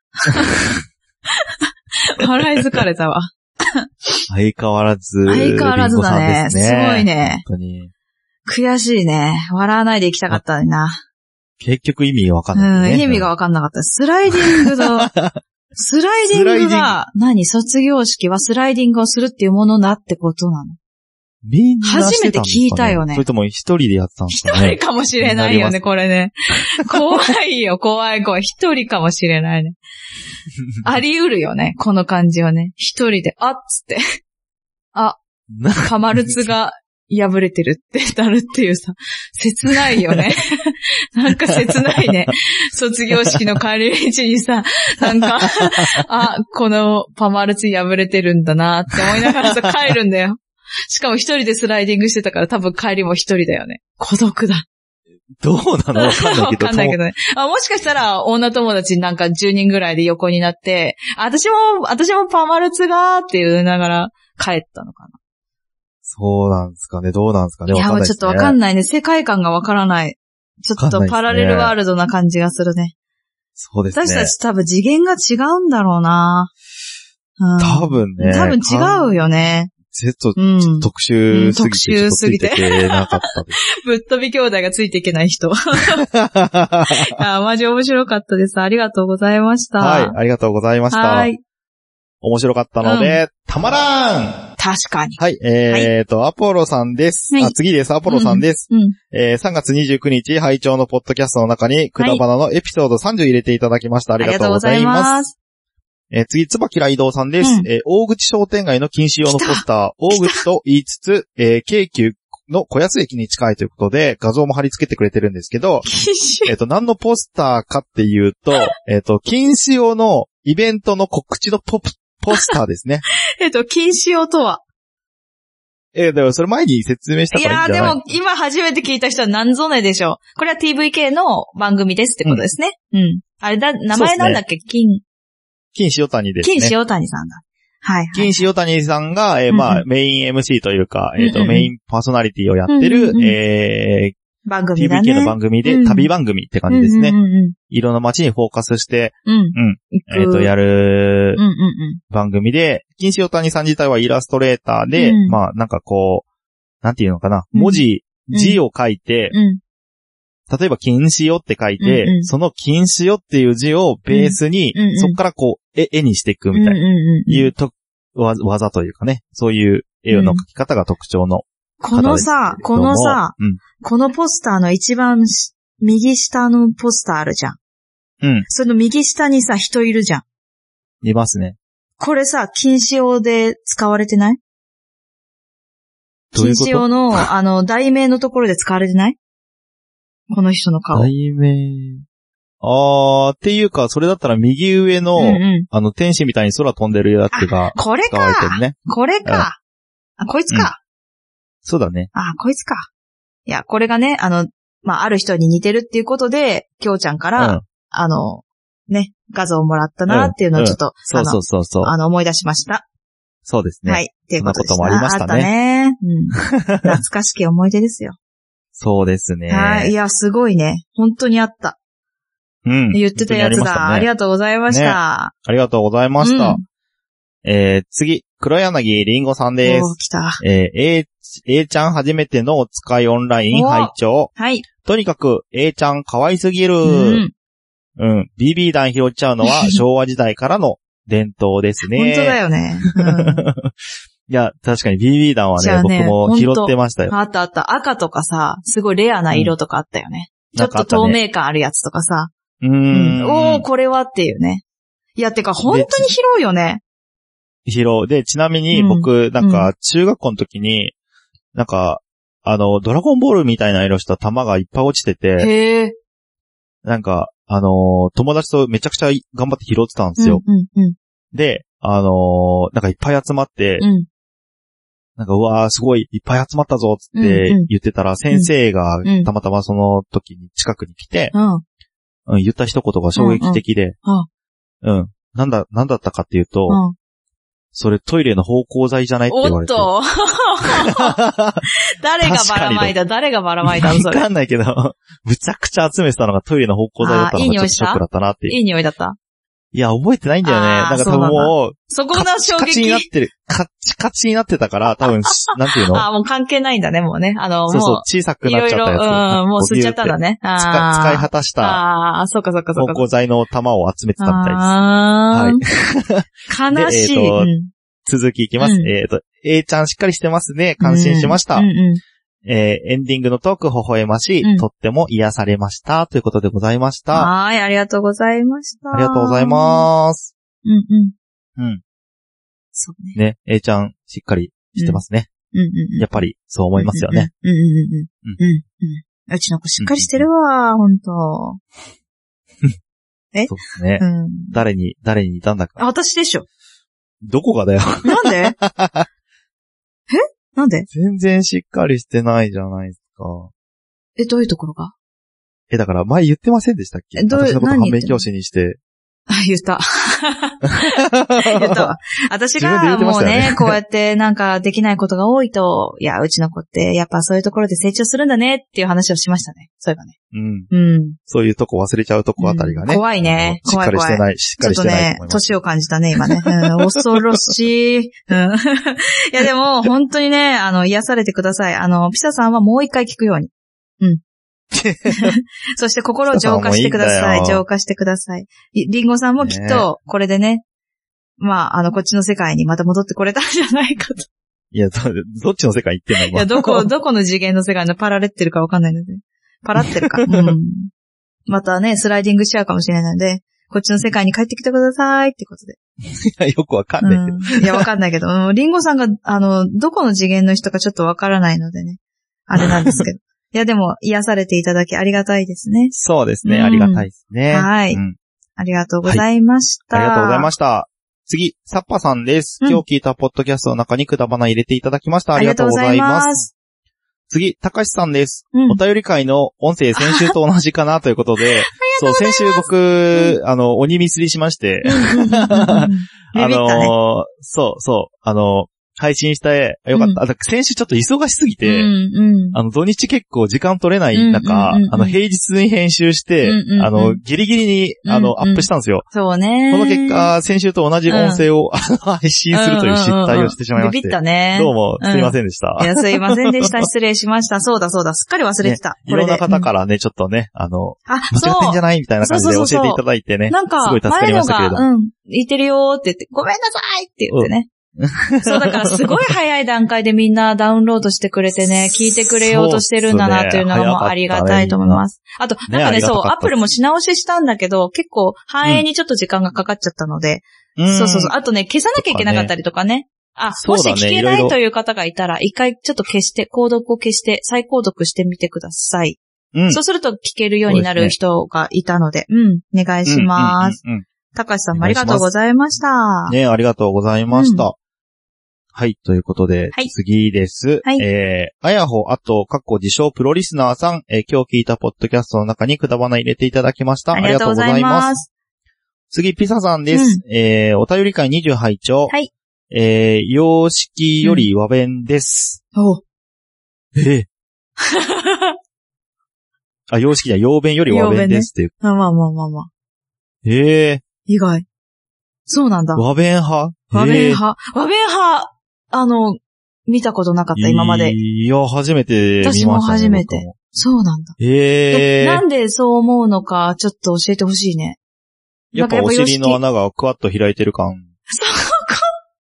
笑い疲れたわ。 相変わらず。 相変わらずだね。すごいね。 本当に。 悔しいね。笑わないで行きたかったのにな。 結局意味がわかんない、ね。 うん、意味がわかんなかった。スライディングの、スライディングが、何？卒業式はスライディングをするっていうものだってことなの？ みんなしてたんですかね？ 初めて聞いたよね。 それとも一人でやってたんですかね？ 一人かもしれないよね、これね。怖いよ、怖い怖い。一人かもしれないね。あり得るよね、この感じはね。一人で、あっつって。あ、パマルツが破れてるってなるっていうさ、切ないよね。なんか切ないね。卒業式の帰り道にさ、なんか、あ、このパマルツ破れてるんだなって思いながらさ、帰るんだよ。しかも一人でスライディングしてたから多分帰りも一人だよね。孤独だ。 どうなのわかんないけど。 わかんないけどね。あ、もしかしたら女友達なんかじゅうにんぐらいで横になって、私も、私もパマルツがーって言いながら帰ったのかな。 そうなんですかね。どうなんですかね。わかんないですね。 いや、ちょっとわかんないね。世界観がわからない。ちょっとパラレルワールドな感じがするね。 そうですね。 私たち多分次元が違うんだろうな。 うん、多分ね。 多分違うよね。 ちょっと、うん、特殊すぎて、特殊すぎて。ついていけなかったです。 ぶっ飛び兄弟がついていけない人。あ、マジ面白かったです。ありがとうございました。 はい、ありがとうございました。はい。面白かったので、うん、たまらん確かに。 はい、えーと、はい、アポロさんです。はい、あ、次です。アポロさんです。うんうん、えー、さんがつにじゅうくにち、拝聴のポッドキャストの中に、くだばなのエピソードさんじゅう入れていただきました。ありがとうございます。ありがとうございます。えー、次、つばきらいどうさんです。うん、えー、大口商店街の禁止用のポスター、大口と言いつつ、えー、京急の小安駅に近いということで、画像も貼り付けてくれてるんですけど、えっと、何のポスターかっていうと、えっと、禁止用のイベントの告知のポ、ポスターですね。 えっと、禁止用とはえー、でもそれ前に説明したからいいんじゃない？いや、でも今初めて聞いた人は何ぞねでしょう。これは ティーブイケー の番組ですってことですね。うん。うん、あれだ、名前なんだっけ？金。 金塩谷ですね。 金塩谷さんだ。はい、はい。 金塩谷さんが、えー、まあ、うんうん、メイン エムシー というか、えっ、ー、と、うんうん、メインパーソナリティをやってる、うんうん、えー、 番組だね。 ティーブイケー の番組で、うん、旅番組って感じですね。うんうんうん、いろんな街にフォーカスして、うん。うん。えっ、ー、と、やる、うんうんうん、番組で、金塩谷さん自体はイラストレーターで、うん、まあ、なんかこう、なんていうのかな、文字、うん、字を書いて、うん、例えば、禁止よって書いて、うんうん、その禁止よっていう字をベースに、うんうん、そこからこう、絵、絵にしていくみたいな、いうと、技というかね、そういう絵の描き方が特徴の、 うん。このさ、このさ、うん、このポスターの一番右下のポスターあるじゃん。うん。その右下にさ、人いるじゃん。 いますね。 これさ、禁止用で使われてない？ どういうこと？ 禁止用の、あの、題名のところで使われてない？この人の顔。 題名。あー、っていうか、それだったら右上の、うんうん、あの、天使みたいに空飛んでるやつが、 これか。使われてるね。これか。うん、あ、こいつか、うん。 そうだね。 あ、こいつか。いや、これがね、あの、まあ、ある人に似てるっていうことで、きょうちゃんから、うん、あの、ね、画像をもらったなっていうのをちょっと、うんうん、 そうそうそうそう。 あの、思い出しました。 そうですね。 はい。っていうことです。 そんなこともありましたね。 あったね。うん。懐かしき思い出ですよ。 そうですね。 はい。いや、すごいね。本当にあった。 うん。 言ってたやつだ。あ, ね、ありがとうございました、ね。 ありがとうございました。うん、えー、次、黒柳りんごさんです。 おー、来た。 えー、A、A ちゃん初めてのお使いオンライン拝聴。 はい。 とにかく、A ちゃん可愛すぎる。うん。うん。ビービー 弾拾っちゃうのは昭和時代からの伝統ですね。 本当だよね。うんいや、確かに ビービー 弾は ね, ね、僕も拾ってましたよ。 あったあった。赤とかさ、すごいレアな色とかあったよね。うん、ちょっと透明感あるやつとかさ。 うーん。うん、 おー、これはっていうね。いや、てか本当に拾うよね。 拾う。で、ちなみに僕、うん、なんか、中学校の時に、なんか、あの、ドラゴンボールみたいな色した玉がいっぱい落ちてて、 へー。 なんか、あの、友達とめちゃくちゃ頑張って拾ってたんですよ。 うんうんうん、 で、あの、なんかいっぱい集まって、うんなんか、うわー、すごい、いっぱい集まったぞ、つって言ってたら、うんうん、先生がたまたまその時に近くに来て、うんうん、言った一言が衝撃的で、うん、うん、なんだ、なんだったかっていうと、うん、それトイレの芳香剤じゃないって言われて。 おっと誰がばらまいた誰がばらまいたのそれ。 わかんないけど、むちゃくちゃ集めてたのがトイレの芳香剤だったのがちょっとショックだったなっていう。 いい匂いだった？ いや、覚えてないんだよね。なんか多分もう、 そこの衝撃。 カチカチになってる。カチカチになってたから、多分、なんていうのああ、もう関係ないんだね、もうね。あの、 そうそう、小さくなっちゃったやつ。 いろいろ、うん、もう吸っちゃったんだね。 あ使, 使い果たした。 ああ、そうかそうかそうか。 芳香剤の玉を集めてたみたいです。 ああ。はい。悲しい。えーと、 続きいきます。うん、えっと、A ちゃんしっかりしてますね。感心しました。うんうんうんえー、エンディングのトーク微笑ましい、うん、とっても癒されました。ということでございました。 はい、ありがとうございました。 ありがとうございます。 うんうん。 うん。 そうね。 ね、A ちゃんしっかりしてますね。 うんうんうん、 やっぱりそう思いますよね。 うんうんうん。うんうんうん。うちの子しっかりしてるわ、ほんと。えそうですね、うん。誰に、誰にいたんだか。 あ、私でしょ。 どこがだよ。 なんでえなんで全然しっかりしてないじゃないですか。 え、どういうところがえ、だから前言ってませんでしたっけ？どういう、私のこと反面教師にして。 あ、言った。言ったわ。私がもうね、こうやってなんかできないことが多いと、いや、うちの子ってやっぱそういうところで成長するんだねっていう話をしましたね。そういえばね。 うん。 うん。 そういうとこ忘れちゃうとこあたりがね。 うん、怖いね。 しっかりしてない、しっかりしてない。 ちょっとね、年を感じたね、今ね。うん、恐ろしい。うん、いや、でも、本当にね、あの、癒されてください。あの、ピサさんはもう一回聞くように。うん。そして心を浄化してください。いい浄化してください。リンゴさんもきっと、これでね、ねまあ、あの、こっちの世界にまた戻ってこれたんじゃないかと。 いや、ど、どっちの世界行ってんの？ いや、どこ、どこの次元の世界のパラレってるかわかんないので。パラってるか。うん。またね、スライディングしちゃうかもしれないので、こっちの世界に帰ってきてくださいってことで。 いや、よくわかんないけど。 うん、いや、わかんないけど、リンゴさんが、あの、どこの次元の人かちょっとわからないのでね。あれなんですけど。いや、でも、癒されていただきありがたいですね。 そうですね。うん、ありがたいですね。 はい、うん。ありがとうございました、 はい。ありがとうございました。次、サッパさんです。うん、今日聞いたポッドキャストの中にくだばな入れていただきました。ありがとうございます。ます次、たかしさんです、うん。お便り会の音声先週と同じかなということで、そう、先週僕、あの、鬼ミスりしまして、あの、そうそう、あの、配信したえ、よかった。うん、先週ちょっと忙しすぎて、うんうん、あの、土日結構時間取れない中、うんうんうん、あの、平日に編集して、うんうんうん、あの、ギリギリに、あの、うんうん、アップしたんですよ。 そうね。 この結果、先週と同じ音声を、うん、配信するという失態をしてしまいまして。 ビビったね。 どうも、すいませんでした。 うん、いや、すいませんでした。失礼しました。そうだそうだ、すっかり忘れてた。 ね、いろんな方からね、ちょっとね、あの、あ間違ってんじゃないみたいな感じで教えていただいてね。 なんか、すごい助かりましたけれども。うん、言ってるよーって言って、ごめんなさいって言ってね。そうだからすごい早い段階でみんなダウンロードしてくれてね、聞いてくれようとしてるんだなっていうのがもうありがたいと思います。あと、なんかね、そう、アップルもし直ししたんだけど、結構反映にちょっと時間がかかっちゃったので、うん、そうそうそう。あとね、消さなきゃいけなかったりとかね。あ、もし聞けないという方がいたら、一回ちょっと消して、購読を消して、再購読してみてください。うん、そうすると聞けるようになる人がいたので、うでね、うん、お願いします。たかしさんもありがとうございました。 ね、ありがとうございました。うんはい。ということで、はい、次です。はい、えー、あやほ、あと、かっこ自称プロリスナーさん、えー、今日聞いたポッドキャストの中にくだばな入れていただきました。ありがとうございます。次、ピサさんです。うん、えー、お便り会にじゅう拝聴。はい。えー、様式より和弁です。 うん、おえー、 あ、洋式じゃ、洋弁より和弁ですっていう。 まあまあまあまあまあ。 ええー。意外。そうなんだ。 和弁派和弁派。和弁派、あの、見たことなかった、今まで。 いや、初めて見ましたね。 私も初めて。そうなんだ。 ええー。 なんでそう思うのか、ちょっと教えてほしいね。 やっぱお尻の穴がクワッと開いてる感。 そうか。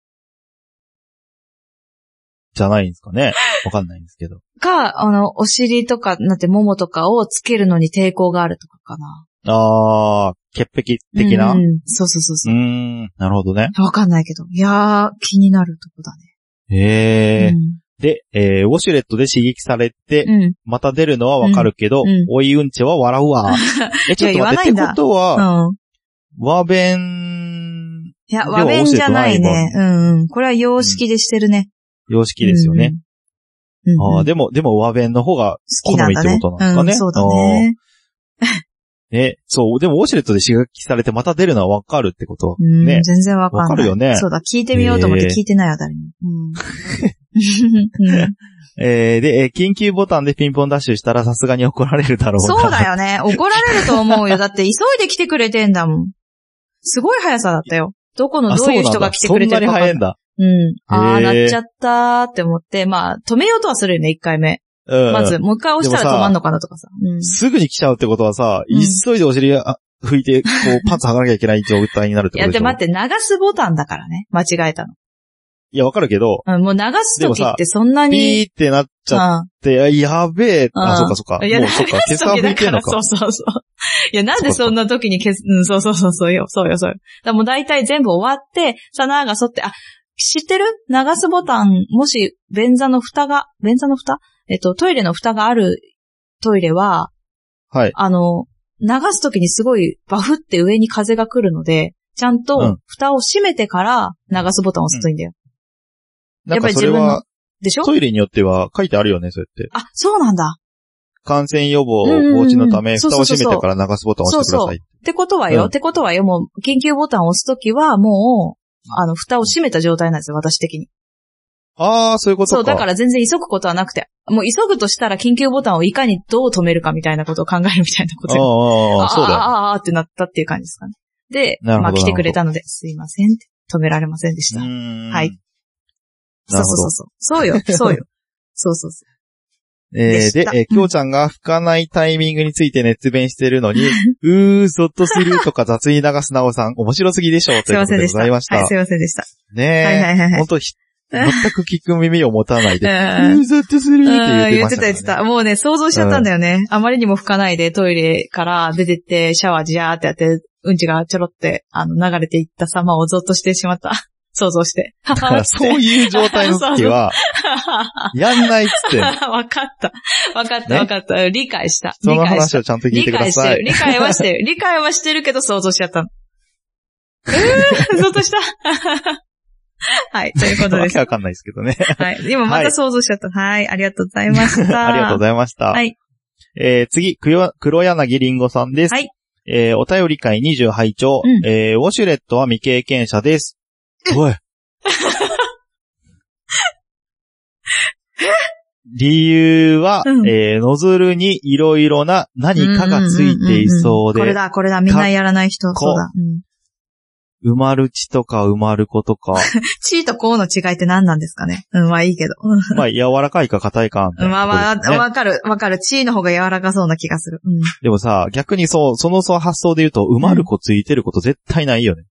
じゃないんですかね。わかんないんですけど。 か、あの、お尻とか、なんて、ももとかをつけるのに抵抗があるとかかな。 あー、潔癖的な、 うん、そうそうそうそう。 うーん、なるほどね。 わかんないけど。いやー、気になるとこだね。 へー。うん、で、えー、ウォシュレットで刺激されて、うん、また出るのはわかるけど、うんうん、おいうんちは笑うわ。え、ちょっと待って、ってことは、うん、和弁、 いや、和弁じゃないね。うんうん。これは洋式でしてるね。 うん、洋式ですよね。うんうん、ああ、でも、でも和弁の方が好みってことなんですかね。うん、 そうだね。 ね、そう、でもウォシュレットで刺激されてまた出るのはわかるってことね。 うん、 全然わかんない。 わかるよね。 そうだ、聞いてみようと思って聞いてないわ、誰に。うんうんえー、で、緊急ボタンでピンポンダッシュしたらさすがに怒られるだろうな。 そうだよね。怒られると思うよ。だって急いで来てくれてんだもん。すごい速さだったよ。どこのどういう人が来てくれてるか分かんない。そんなに速いんだ。うん。ああ、なっちゃったーって思って、まあ、止めようとはするよね、一回目。うん。まず、もう一回押したら止まんのかなとかさ。うん、 すぐに来ちゃうってことはさ、うん、急いでお尻拭いて、こう、パンツ剥がなきゃいけない状態になるってことでしょ。いや、で待って、流すボタンだからね。間違えたの。 いや、わかるけど。 うん、もう流すときってそんなに。 ピーってなっちゃって、うん、やべえ。あ、そっかそっか。いや、もうそっか、消さ拭いてんのか。 そうそうそう。いや、なんでそんな時に消す、うん、そうそうそう、そうよ、そうよ、そうよ。だからもう大体全部終わって、さながそって、あ、知ってる？流すボタン、もし、便座の蓋が、便座の蓋？えっと、トイレの蓋があるトイレは、はい。あの、流すときにすごいバフって上に風が来るので、ちゃんと蓋を閉めてから流すボタンを押すといいんだよ。 うん、やっぱり自分の、でしょ？トイレによっては書いてあるよね、そうやって。 あ、そうなんだ。 感染予防防止のため、蓋を閉めてから流すボタンを押してください。そうそうそう。 ってことはよ、うん、ってことはよ、もう、緊急ボタンを押すときは、もう、あの、蓋を閉めた状態なんですよ、私的に。 ああ、そういうことか。 そう、だから全然急ぐことはなくて、もう急ぐとしたら緊急ボタンをいかにどう止めるかみたいなことを考えるみたいなことああ、そうだよ。 ああ、ああ、ってなったっていう感じですかね。で、まあ来てくれたので、すいませんって止められませんでした。はい。そうそうそう。そうよ、そうよ。そうそうそう。 えー、で、えー、きょうちゃんが吹かないタイミングについて熱弁してるのに、うー、そっとするとか雑に流すなおさん、面白すぎでしょうということでございました。 はい、すいませんでした。 ねえ。 はいはいはい。 本当全く聞く耳を持たないで、うー、そっとするって言ってました、ね。 言ってた言ってた。もうね、想像しちゃったんだよね。あまりにも吹かないでトイレから出てって、シャワージャーってやって、うんちがちょろって、あの、流れていった様をゾッとしてしまった。想像して。 だからそういう状態の時は、やんないっつって。 わかった。わかったわかった。理解した。 その話をちゃんと聞いてください。 理解してる。理解はしてる。理解はしてるけど想像しちゃったの。えー、ゾッとした。はい、ということです。 わけわかんないですけどね。 はい。今また想像しちゃった。はい、ありがとうございました。 ありがとうございました。 はい。 えー、次、黒柳りんごさんです。はい。えー、お便り会にじゅう拝聴、うん、えー、ウォシュレットは未経験者です。おい。理由は、うん、えー、ノズルにいろいろな何かがついていそうで。 これだ、これだ、みんなやらない人。そうだ。 うん、埋まる血とか埋まる子とか。 血とこうの違いって何なんですかね。うん、まあいいけど。 まあ柔らかいか硬いか、ね。 まあまあ、わかる、わかる。血の方が柔らかそうな気がする。うん、 でもさ、逆にそう、その発想で言うと、埋まる子ついてること絶対ないよね。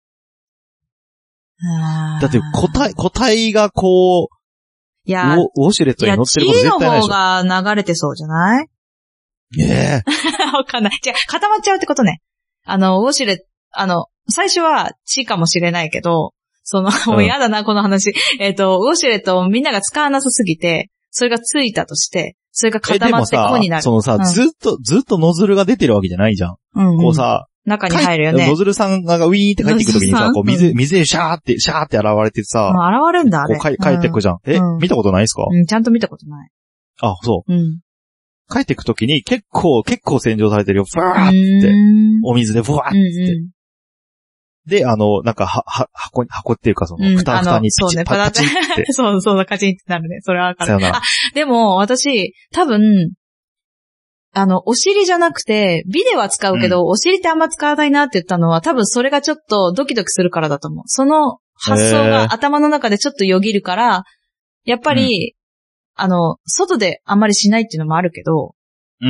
だって、個体、個体がこう、いや、ウォシュレットに乗ってること絶対ないでしょ。 いや、血の方が流れてそうじゃないええー。わかんない。じゃ固まっちゃうってことね。あの、ウォシュレット、あの、最初は血かもしれないけど、その、もうやだな、この話。えっと、ウォシュレットをみんなが使わなさすぎて、それがついたとして、それが固まってこになる。 そのさ、うん、ずっと、ずっとノズルが出てるわけじゃないじゃん。うんうん、こうさ、 中に入るよね。 ノズルさんがウィーンって帰っていくときにさ、こう水、水でシャーって、シャーって現れてさ、 現れるんだ、あれ。 こう帰ってくじゃん。え、見たことないですか？ うん、ちゃんと見たことない。 あ、そう。うん。帰っていくときに結構、結構洗浄されてるよ。ふわーって。お水でふわーって。で、あの、なんか、は、は、箱、箱っていうかその、ふたふたにピチッ、パチッって。 そう、そう、カチンってなるね。それはわかる。さよなら。あ、でも、私、多分、 あの、お尻じゃなくて、ビデは使うけど、うん、お尻ってあんま使わないなって言ったのは、多分それがちょっとドキドキするからだと思う。その発想が頭の中でちょっとよぎるから、やっぱり、うん、あの、外であんまりしないっていうのもあるけど、 うん。うん。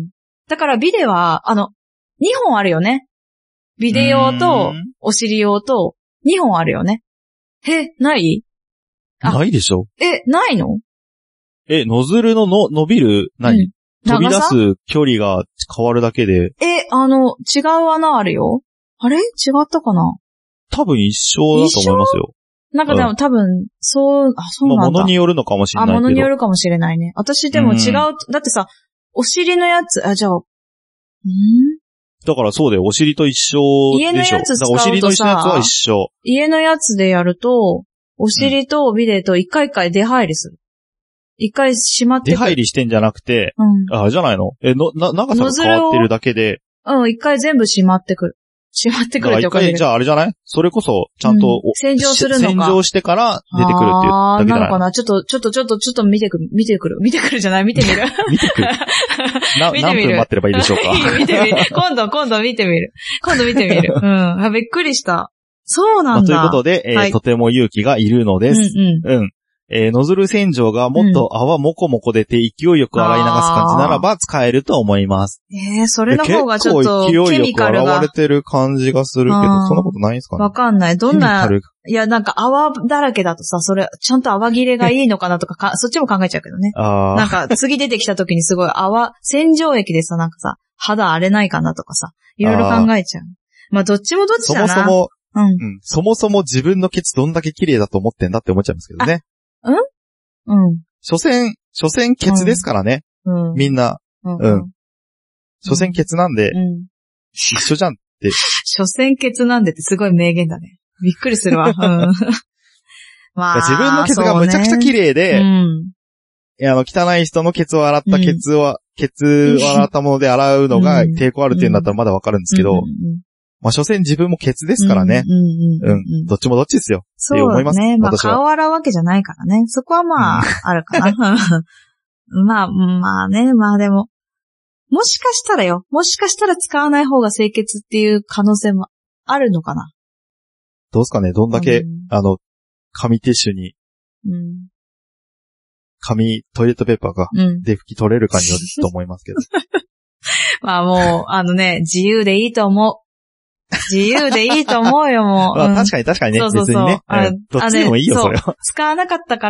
だからビデは、あの、にほんあるよね。ビデ用と、お尻用と、にほんあるよね。え、ないないでしょ。 え、ないのえ、ノズルのの伸びる、何、うん、飛び出す距離が変わるだけで。 え、あの、違う穴あるよ。あれ違ったかな多分一緒だと思いますよ。 なんかでも、うん、多分、そう、あ、そうなんだ。 まあ、物によるのかもしれないけど。 あ、物によるかもしれないね。私でも違う、だってさ、お尻のやつ、あ、じゃあ、んだからそうだよ、お尻と一緒でしょ。 家のやつ使うとさ、 お尻のやつは一緒。 家のやつでやると、お尻とビデと一回一回出入りする。一回閉まってくる。 出入りしてんじゃなくて、 うん、 あ、じゃないのえ、の、な、長さが変わってるだけで。 うん、一回全部閉まってくる。閉まってくるっておかしい。 一回、じゃああれじゃないそれこそ、ちゃんと、うん、 洗浄するのか。 洗浄してから出てくるっていうだけじゃない。 あー、なのかなちょっと、ちょっと、ちょっと、ちょっと見てくる、見てくる、見てくるじゃない、見てみる。 見てくる。な、何分待ってればいいでしょうか。 見てみる。今度、今度見てみる。今度見てみる。うん。あ、びっくりした。そうなんだ。 まあ、ということで、えーはい、とても勇気がいるのです。 うんうん。 うん。えー、ノズル洗浄がもっと泡もこもこ出て勢いよく洗い流す感じならば使えると思います。 えー、それの方がちょっとケミカルが。結構勢いよく洗われてる感じがするけど、そんなことないんですかね。 わかんない。どんな、いや、なんか泡だらけだとさ、それ、ちゃんと泡切れがいいのかなとかか、そっちも考えちゃうけどね。 あなんか次出てきた時にすごい泡、洗浄液でさ、なんかさ、肌荒れないかなとかさ、いろいろ考えちゃう。まあ、どっちもどっちだな。 そもそも、 うん、うん。 そもそも自分のケツどんだけ綺麗だと思ってんだって思っちゃいますけどね。 うんうん。 所詮、所詮ケツですからね。 うん。 みんな。うん。うん、所詮ケツなんで、うん、一緒じゃんって。 所詮ケツなんでってすごい名言だね。びっくりするわ。うん。まあ、 自分のケツがむちゃくちゃ綺麗で、 うん、 いや、あの、汚い人のケツを洗ったケツは、うん、ケツを洗ったもので洗うのが抵抗あるっていうんだったらまだわかるんですけど、うんうんうん、まあ、所詮自分もケツですからね。 うん、うんうん。どっちもどっちですよ。 そう思います。ね。まあ、顔洗うわけじゃないからね。そこはまあ、あるかな。まあ、まあね、まあでも、もしかしたらよ、もしかしたら使わない方が清潔っていう可能性もあるのかな。 どうですかね、どんだけ、うん、あの、紙ティッシュに、 うん、 紙、トイレットペーパーが、で拭き取れるかによると思いますけど。 まあもう、あのね、自由でいいと思う。自由でいいと思うよ、もう。 まあ、確かに確かにね。そうそうそう別にね。あどっちでもいいよ、それは。 使わなかったから、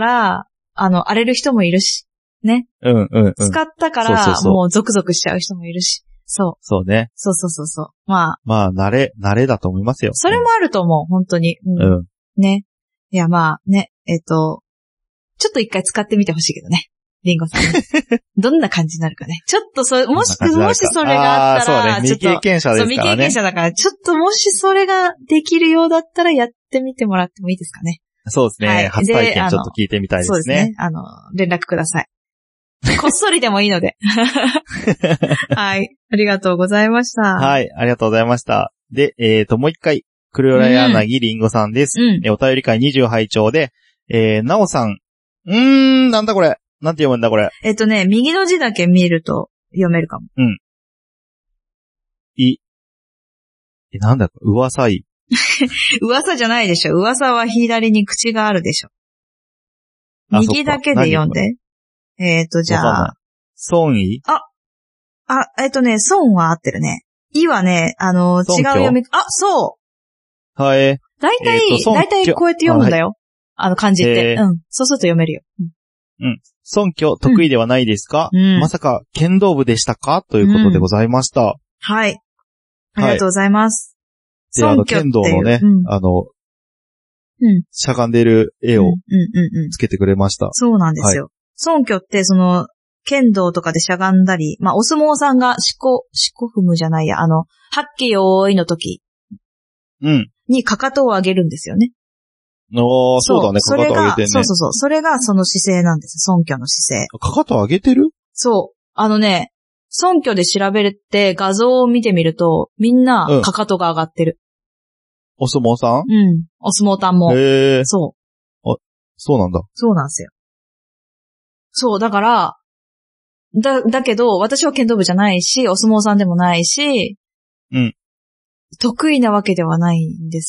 あの、荒れる人もいるし。ね。 うんうんうん。 使ったから、そうそうそうもうゾクゾクしちゃう人もいるし。そう。 そうね。 そうそうそうそう。まあ。 まあ、慣れ、慣れだと思いますよ。 それもあると思う、本当に。うん。うん、ね。いや、まあ、ね、えっと、ちょっと一回使ってみてほしいけどね。リンゴさん、ね。どんな感じになるかね。ちょっとそ、もし、もしそれがあったら、 そうね、未経験者ですからね。そう、未経験者だから、ちょっともしそれができるようだったらやってみてもらってもいいですかね。 そうですね。はい、初体験ちょっと聞いてみたいですね。そうですね。 あの、連絡ください。こっそりでもいいので。はい。ありがとうございました。 はい。ありがとうございました。で、えっと、もう一回、黒浦柳りんごさんです。うん、お便り会にじゅう拝聴で、えー、なおさん、うーん、なんだこれ。なんて読むんだこれ。 えっとね、右の字だけ見ると読めるかも。 うん。い、え、なんだ噂い。 噂じゃないでしょ。噂は左に口があるでしょ。右だけで読んで。えっと、じゃあ。 孫意？ あ、あ、えっとね、孫は合ってるね。いはね、あの、違う読み、あ、そう。 はい。 だいたい、だいたいこうやって読むんだよ。あの漢字って。うん。そうすると読めるよ。 うん。うん。尊虚得意ではないですか、うん、まさか剣道部でしたかということでございました。うん、 はい。ありがとうございます。 はい、で、あの、剣道のね、うん、あの、うん、しゃがんでる絵をつけてくれました。 そうなんですよ。はい、尊虚ってその、剣道とかでしゃがんだり、まあ、お相撲さんが四股、四股踏むじゃないや、あの、八気用意の時。 うん。 にかかとを上げるんですよね。 ああ、そうだね、かかと上げてね。 そうそうそう。それがその姿勢なんです。尊虚の姿勢。 かかと上げてる？ そう。あのね、尊虚で調べて画像を見てみると、みんなかかとが上がってる。 うん、お相撲さん？ うん。お相撲さんも。 へー。 そう。 あ、そうなんだ。 そうなんですよ。そう、だから、 だ、だけど、私は剣道部じゃないし、お相撲さんでもないし、 うん。 得意なわけではないんです。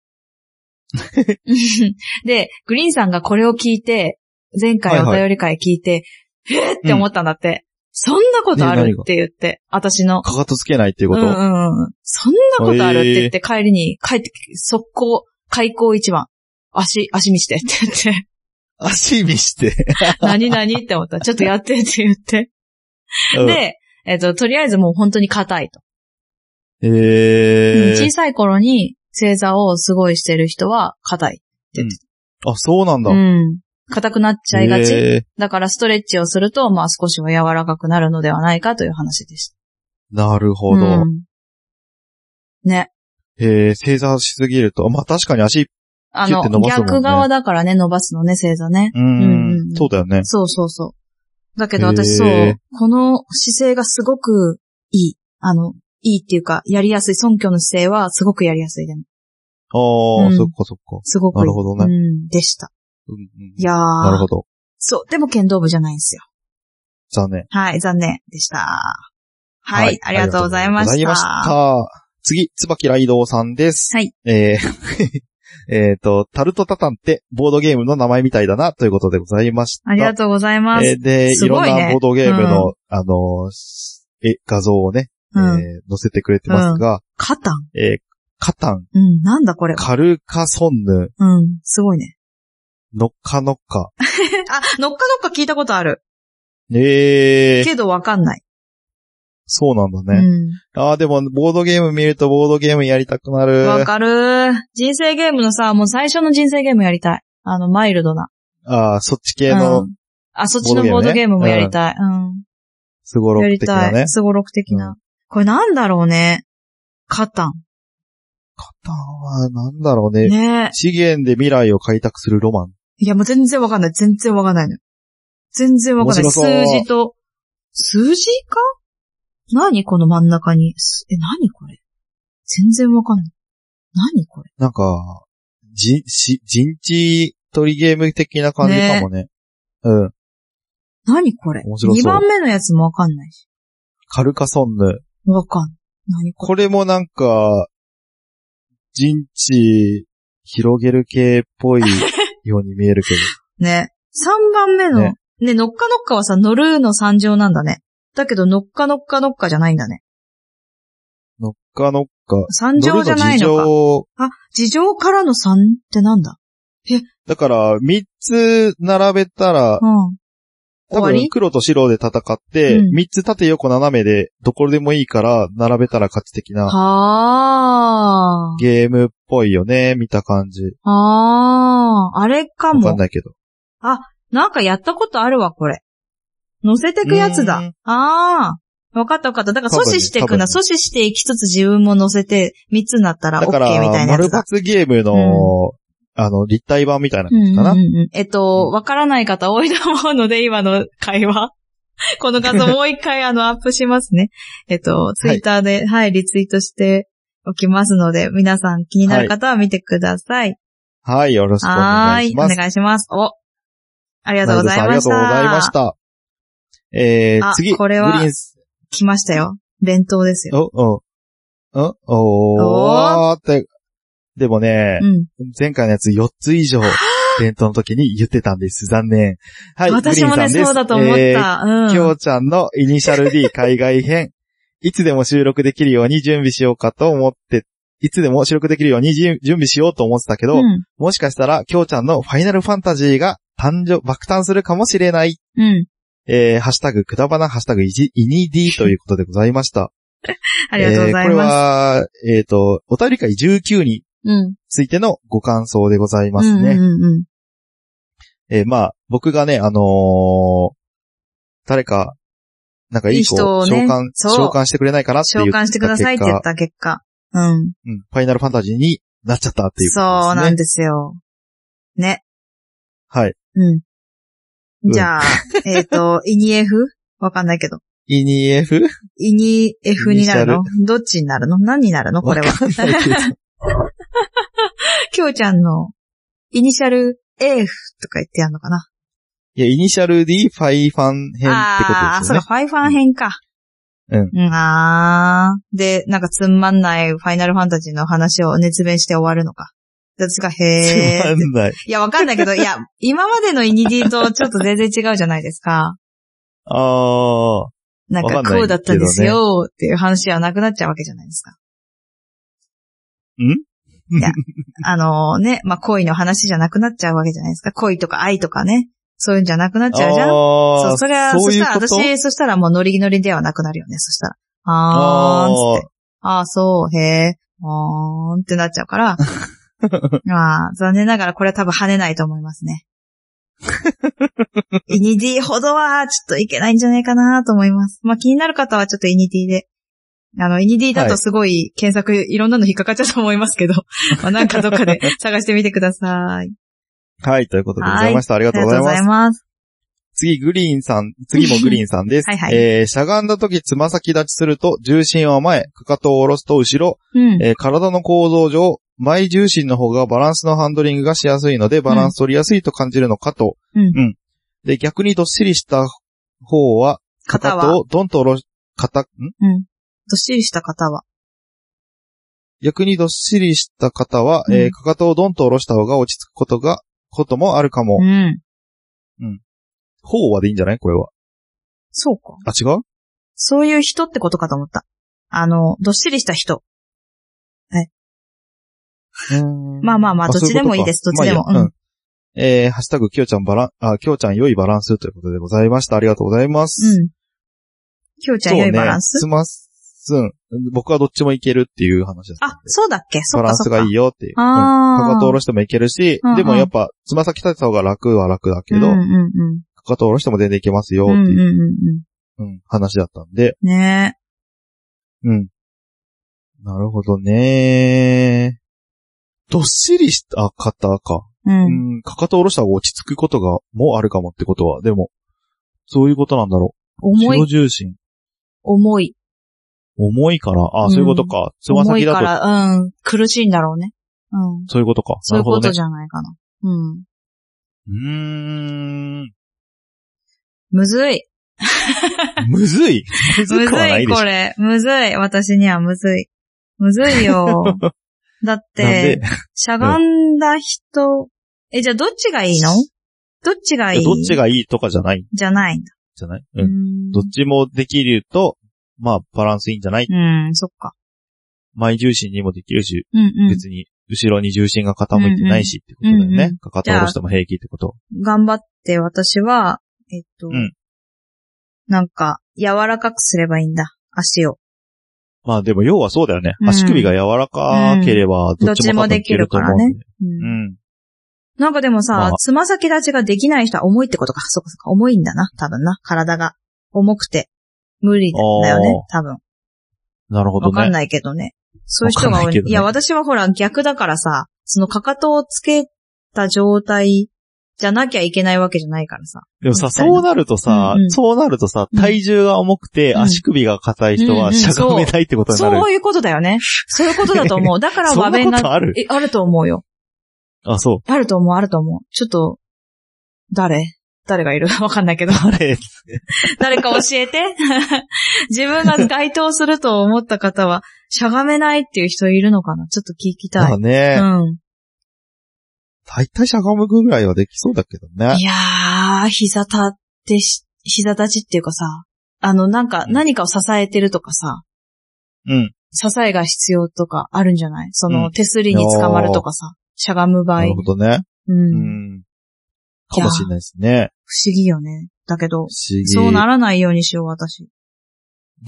で、グリーンさんがこれを聞いて、前回お便り会聞いて、はいはい、えーって思ったんだって。うん、そんなことあるって言って、私の。 かかとつけないっていうこと？ うんうんうん。そんなことあるって言って、帰りに帰って、速攻、開口一番。足、足見してって言って。 足見して。 何々って思った。ちょっとやってって言って。うん、で、えっと、とりあえずもう本当に硬いと。 へー。 小さい頃に正座をすごいしてる人は硬いって言ってた、うん。あ、そうなんだ。 うん。硬くなっちゃいがち。だからストレッチをすると、まあ少しは柔らかくなるのではないかという話でした。 なるほど。うん、 ね。 へー、正座しすぎると、まあ確かに足、 あの、ね、逆側だからね、伸ばすのね、正座ね。 うん、うんうん。そうだよね。 そうそうそう。だけど私そう、この姿勢がすごくいい。あの、いいっていうか、やりやすい、尊虚の姿勢はすごくやりやすいでも。 ああ、うん、そっかそっか。 すごくいい。 なるほどね。 うん、でした。 うんうん、 いやー。 なるほど。 そう、でも剣道部じゃないんですよ。 残念。 はい、残念でした。はい、はい、ありがとうございました。ありがとうございました。 次、椿ライドウさんです。 はい。 えー、えっと、タルトタタンってボードゲームの名前みたいだなということでございました。 ありがとうございます。 えー、で、すごいね、いろんなボードゲームの、うん、あの、え、画像をね、うん、えー、載せてくれてますが。うん、 カタンえー、カタン。 うん、なんだこれ。 カルカソンヌ。 うん、すごいね。 ノッカノッカ。 あ、ノッカノッカ聞いたことある。 ええー。 けどわかんない。 そうなんだね。うん、ああ、でも、ボードゲーム見るとボードゲームやりたくなる。 わかる。人生ゲームのさ、もう最初の人生ゲームやりたい。あの、マイルドな。 ああ、そっち系の、 うん。あ、そっちのボードゲームもやりたい。うん。 すごろく的なね。やりたい。 すごろく的な。うん、これなんだろうね。カタン。 カタンはなんだろうね。 ね。 資源で未来を開拓するロマン。 いや、もう全然わかんない。全然わかんないの。全然わかんない。数字と、数字か？何この真ん中に。え、何これ？全然わかんない。何これ？ なんか、じ、し、陣地取りゲーム的な感じかもね。ね、うん。 何これ？面白そう。にばんめのやつもわかんないし。 カルカソンヌ。 わかんない。何これ？ これもなんか、陣地広げる系っぽいように見えるけど。 ね。さんばんめの、ね、ね、ノッカノッカはさ、乗るの三乗なんだね。だけど、ノッカノッカノッカじゃないんだね。 ノッカノッカ。 三乗じゃないのか。のあ、事情からの三ってなんだ？え。 だから、三つ並べたら、うん。多分黒と白で戦って、うん、三つ縦横斜めでどこでもいいから並べたら勝ち的な。 はー。 ゲームっぽいよね、見た感じ。 あー。あれかも。 わかんないけど。 あ、なんかやったことあるわ、これ。乗せてくやつだ。あー。わかったわかった。だから阻止していくんだ。ね、阻止していきつつ自分も乗せて三つになったら OK みたいなやつだ。 丸抜ゲームの、うんあの、立体版みたいな感じかな。 うんうんうん、えっと、わ、うん、からない方多いと思うので、今の会話。この画像もう一回あの、アップしますね。えっと、ツイッターで、はい、はい、リツイートしておきますので、皆さん気になる方は見てください。 はい、はい、よろしくお願いします。 はい、お願いします。お、ありがとうございました。ありがとうございました。 えー、次。 これは、来ましたよ。弁当ですよ。 お、お、お、お、おーって、でもね、うん、前回のやつよっつ以上、伝統の時に言ってたんです。残念。はい、 私もね、そうだと思った。えー、 うん。きょうちゃんのイニシャル D 海外編。いつでも収録できるように準備しようかと思って、いつでも収録できるように準備しようと思ってたけど、うん、もしかしたらきょうちゃんのファイナルファンタジーが誕生、爆誕するかもしれない。 うん。 えー、ハッシュタグ、くだばな、ハッシュタグ、イニディということでございました。 ありがとうございます。えー、これは、えっと、お便り会じゅうきゅうに、うん。ついてのご感想でございますね。 うんうんうん、 えー、まあ、僕がね、あのー、誰か、なんかいい子を召喚、いいね、召喚してくれないかなっていう。 召喚してくださいって言った結果。うん。うん。 ファイナルファンタジーになっちゃったっていうことですね。 そうなんですよ。ね。 はい。 うん。じゃあ、うん、えっと、イニエフわかんないけど。 イニエフイニエフになるのどっちになるの何になるのこれは。きょうちゃんのイニシャル エーエフ とか言ってやるのかないや、イニシャル D ファイファン編ってことですよね。ああ、 そうか、ファイファン編か。 うん。 うん、あー。で、なんかつまんないファイナルファンタジーの話を熱弁して終わるのか。私がへー。 つまんない。 いや、わかんないけど、いや、今までのイニディとちょっと全然違うじゃないですか。 あー。 なんかこうだったんですよっていう話はなくなっちゃうわけじゃないですか。 んいや、あのね、まあ、恋の話じゃなくなっちゃうわけじゃないですか。恋とか愛とかね。そういうんじゃなくなっちゃうじゃん。そう、それは、そしたら私、そしたらもうノリノリではなくなるよね。そしたら。あーんつって。あー、そう、へー。あーんってなっちゃうから。まあ、残念ながらこれは多分跳ねないと思いますね。イニディほどはちょっといけないんじゃないかなと思います。まあ気になる方はちょっとイニディで。あの、イニディだとすごい検索、はい、いろんなの引っかかっちゃうと思いますけど、まあなんかどっかで探してみてください。 はい、ということでございました。ありがとうございます。ありがとうございます。次、グリーンさん、次もグリーンさんです。はいはい。えー、しゃがんだ時つま先立ちすると、重心は前、かかとを下ろすと後ろ、うんえー、体の構造上、前重心の方がバランスのハンドリングがしやすいので、バランス取りやすいと感じるのかと。うん。うん、で、逆にどっしりした方は、かかとをドンと下ろし、肩、んうん。どっしりした方は。 逆にどっしりした方は、うん、えー、かかとをドンと下ろした方が落ち着くことが、こともあるかも。うん。うん。方はでいいんじゃないこれは。 そうか。 あ、違う？ そういう人ってことかと思った。あの、どっしりした人。え。まあまあまあ、どっちでもいいです、どっちでも。まあいいや、うん。 えー、ハッシュタグ、きよちゃんバラン、あ、きよちゃん良いバランスということでございました。ありがとうございます。うん。 きよちゃん良いバランス？ そうね、つます、うん。僕はどっちもいけるっていう話です。 あ、そうだっけ？そうか。 バランスがいいよっていう。あうん。かかと下ろしてもいけるし、うんうん、でもやっぱ、つま先立てた方が楽は楽だけど、うんうんうん、かかと下ろしても全然いけますよっていう、うんうんうんうん、話だったんで。 ねえ。うん。なるほどね。どっしりした方か。うん、うん。かかと下ろした方が落ち着くことがもうあるかもってことは、でも、そういうことなんだろう。 重い。 後ろ重心。 重い。 重いから、ああ、うん、そういうことか。つま先だと。 重いから、うん。苦しいんだろうね。うん。 そういうことか。 そういうことじゃないかな。うん。 うーん。 むずい。 むずいむずくはないでしょ。 むずい、これ。むずい。私にはむずい。むずいよ。だって、しゃがんだ人、え、じゃあどっちがいいの？どっちがいい？ どっちがいいとかじゃない。 じゃないんだ。 じゃない？うん。どっちもできると、まあ、バランスいいんじゃない？ うん、そっか。 前重心にもできるし、うんうん、別に後ろに重心が傾いてないしってことだよね。うんうん、かかと下ろしても平気ってこと。 頑張って私は、えっと、うん、なんか、柔らかくすればいいんだ、足を。 まあでも要はそうだよね。うん、足首が柔らかければ、どっちもできると思うんで。どっちもできるからね。うん。うん、 なんかでもさ、まあ、つま先立ちができない人は重いってことか。そこそこ重いんだな、多分な。体が。重くて。無理だよね、多分。 なるほどね。 わかんないけどね。そういう人が多い。い,、ね、いや、私はほら逆だからさ、そのかかとをつけた状態じゃなきゃいけないわけじゃないからさ。 でもさ、そうなるとさ、うんうん、そうなるとさ、体重が重くて足首が硬い人はしゃがめないってことになる、うんうんうん、そう。 そういうことだよね。そういうことだと思う。だから和弁が。 そんなことある？ え、あると思うよ。 あ、そう。 あると思う、あると思う。ちょっと、誰誰がいるわかんないけど。 誰誰か教えて。自分が該当すると思った方は、しゃがめないっていう人いるのかな？ちょっと聞きたい。 まあね。 うん。 大体しゃがむぐらいはできそうだけどね。 いやー、膝立ってし、膝立ちっていうかさ、あの、なんか、何かを支えてるとかさ。 うん。 支えが必要とかあるんじゃない？その、うん、手すりに捕まるとかさ、しゃがむ場合。 なるほどね。 うん。 うんかもしれないですね。 不思議よね。だけど、そうならないようにしよう、私。うん。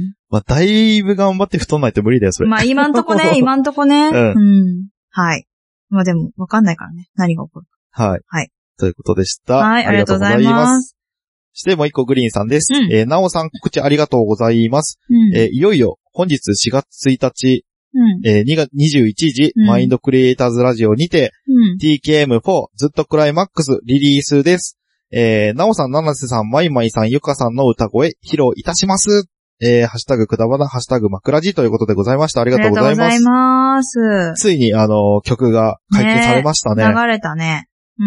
まあ、だいぶ頑張って太んないと無理だよ、それ。 まあ、今んとこね、今んとこね。うん。うん。はい。まあでも、わかんないからね。何が起こるか。はい。 はい。 ということでした。 はい、ありがとうございます。 そしてもう一個グリーンさんです。うん、えー、なおさん告知ありがとうございます。うん、えー、いよいよ、本日しがつついたち、うんえー、にがつにじゅういちじ、うん、マインドクリエイターズラジオにて、うん、ティーケーエムフォー ずっとクライマックスリリースです。えー、なおさん、ななせさん、まいまいさん、ゆかさんの歌声披露いたします。えー、ハッシュタグくだばな、ハッシュタグまくらじということでございました。ありがとうございます。ありがとうございます。 ついに、あの、曲が解禁されましたね。 ね流れたね。うん。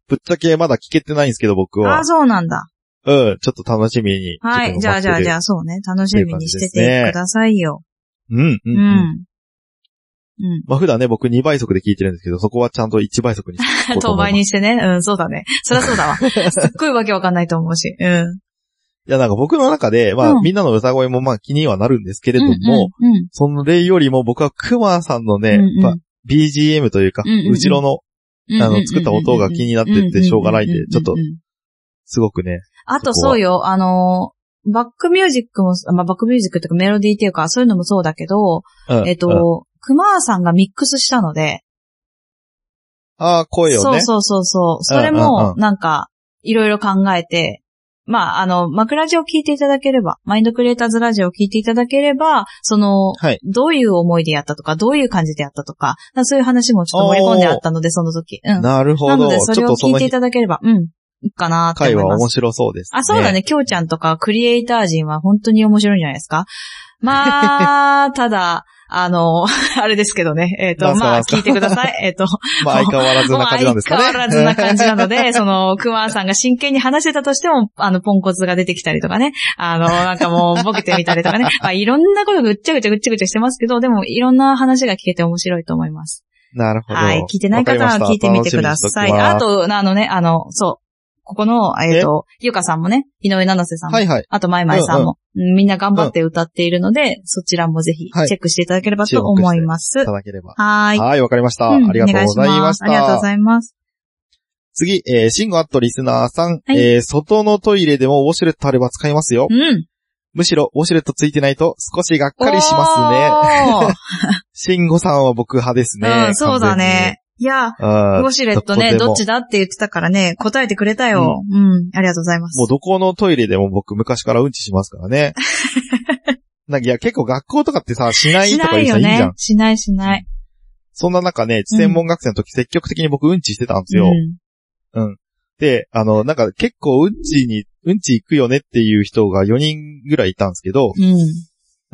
ぶっちゃけまだ聞けてないんですけど、僕は。 あ、そうなんだ。 うん、ちょっと楽しみに。 はい。じゃあじゃあじゃあ、そうね。楽しみにしててくださいよ。 うん、うん、うん。 うんうん。 まあ普段ね、僕にばい速で聞いてるんですけど、そこはちゃんといちばい速にして当倍にしてね。うん、そうだね。そりゃそうだわ。すっごいわけわかんないと思うし。うん。 いや、なんか僕の中で、まあ、うん、みんなの歌声もまあ気にはなるんですけれども、うんうんうん、その例よりも僕はクマさんのね、うんうん、ビージーエム というか、うんうんうん、後ろの、あの、作った音が気になってってしょうがないんで、ちょっと、すごくね。 あとそうよ、あの、バックミュージックも、まあ、バックミュージックとかメロディーっていうか、そういうのもそうだけど、うん、えっと、うん、クマさんがミックスしたので、 ああ、声をね。 そうそうそうそう。それも、なんか、いろいろ考えて、まあ、あの、マクラジオを聞いていただければ、マインドクリエイターズラジオを聞いていただければ、その、はい、どういう思いでやったとか、どういう感じでやったとか、そういう話もちょっと盛り込んであったので、その時。うん。 なるほど。 なので、それを聞いていただければ、うん。いいかなって思います。 回は面白そうです、ね。 あ、そうだね。きょうちゃんとかクリエイター陣は本当に面白いんじゃないですか。まあ、ただ、あの、あれですけどね。えっ、ー、と、まあ、聞いてください。えっ、ー、と。 まあ、相変わらずな感じなんですかね。 相変わらずな感じなので、その、クマさんが真剣に話してたとしても、あの、ポンコツが出てきたりとかね。あの、なんかもう、ボケてみたりとかね。まあ、いろんなことぐっちゃぐちゃぐっちゃぐちゃしてますけど、でも、いろんな話が聞けて面白いと思います。 なるほど。 はい。聞いてない方は聞いてみてください。あと、あのね、あの、そう。ここの、えっ、ー、と、ゆかさんもね、井上七瀬さんも、はいはい、あとまいまいさんも、うんうん、みんな頑張って歌っているので、うん、そちらもぜひチェックしていただければと思います。 はい、いただければ。 はい。 はい、わかりました、うん。ありがとうございました。 ありがとうございます。 次、えー、シンゴアットリスナーさん、はい、えー、外のトイレでもウォシュレットあれば使えますよ。うん。むしろウォシュレットついてないと少しがっかりしますね。シンゴさんは僕派ですね。 うん、そうだね。いや、ウォシュレットね、どっちだって言ってたからね、答えてくれたよ。うん、うん、ありがとうございます。 もうどこのトイレでも僕昔からうんちしますからね。なんかいや、結構学校とかってさ、しないとかいう人いいじゃん。しないよね。 しないしない。 そんな中ね、専門学生の時積極的に僕うんちしてたんですよ。うん。うん。で、あの、なんか結構うんちに、うんち行くよねっていう人がよにんぐらいいたんですけど、うん。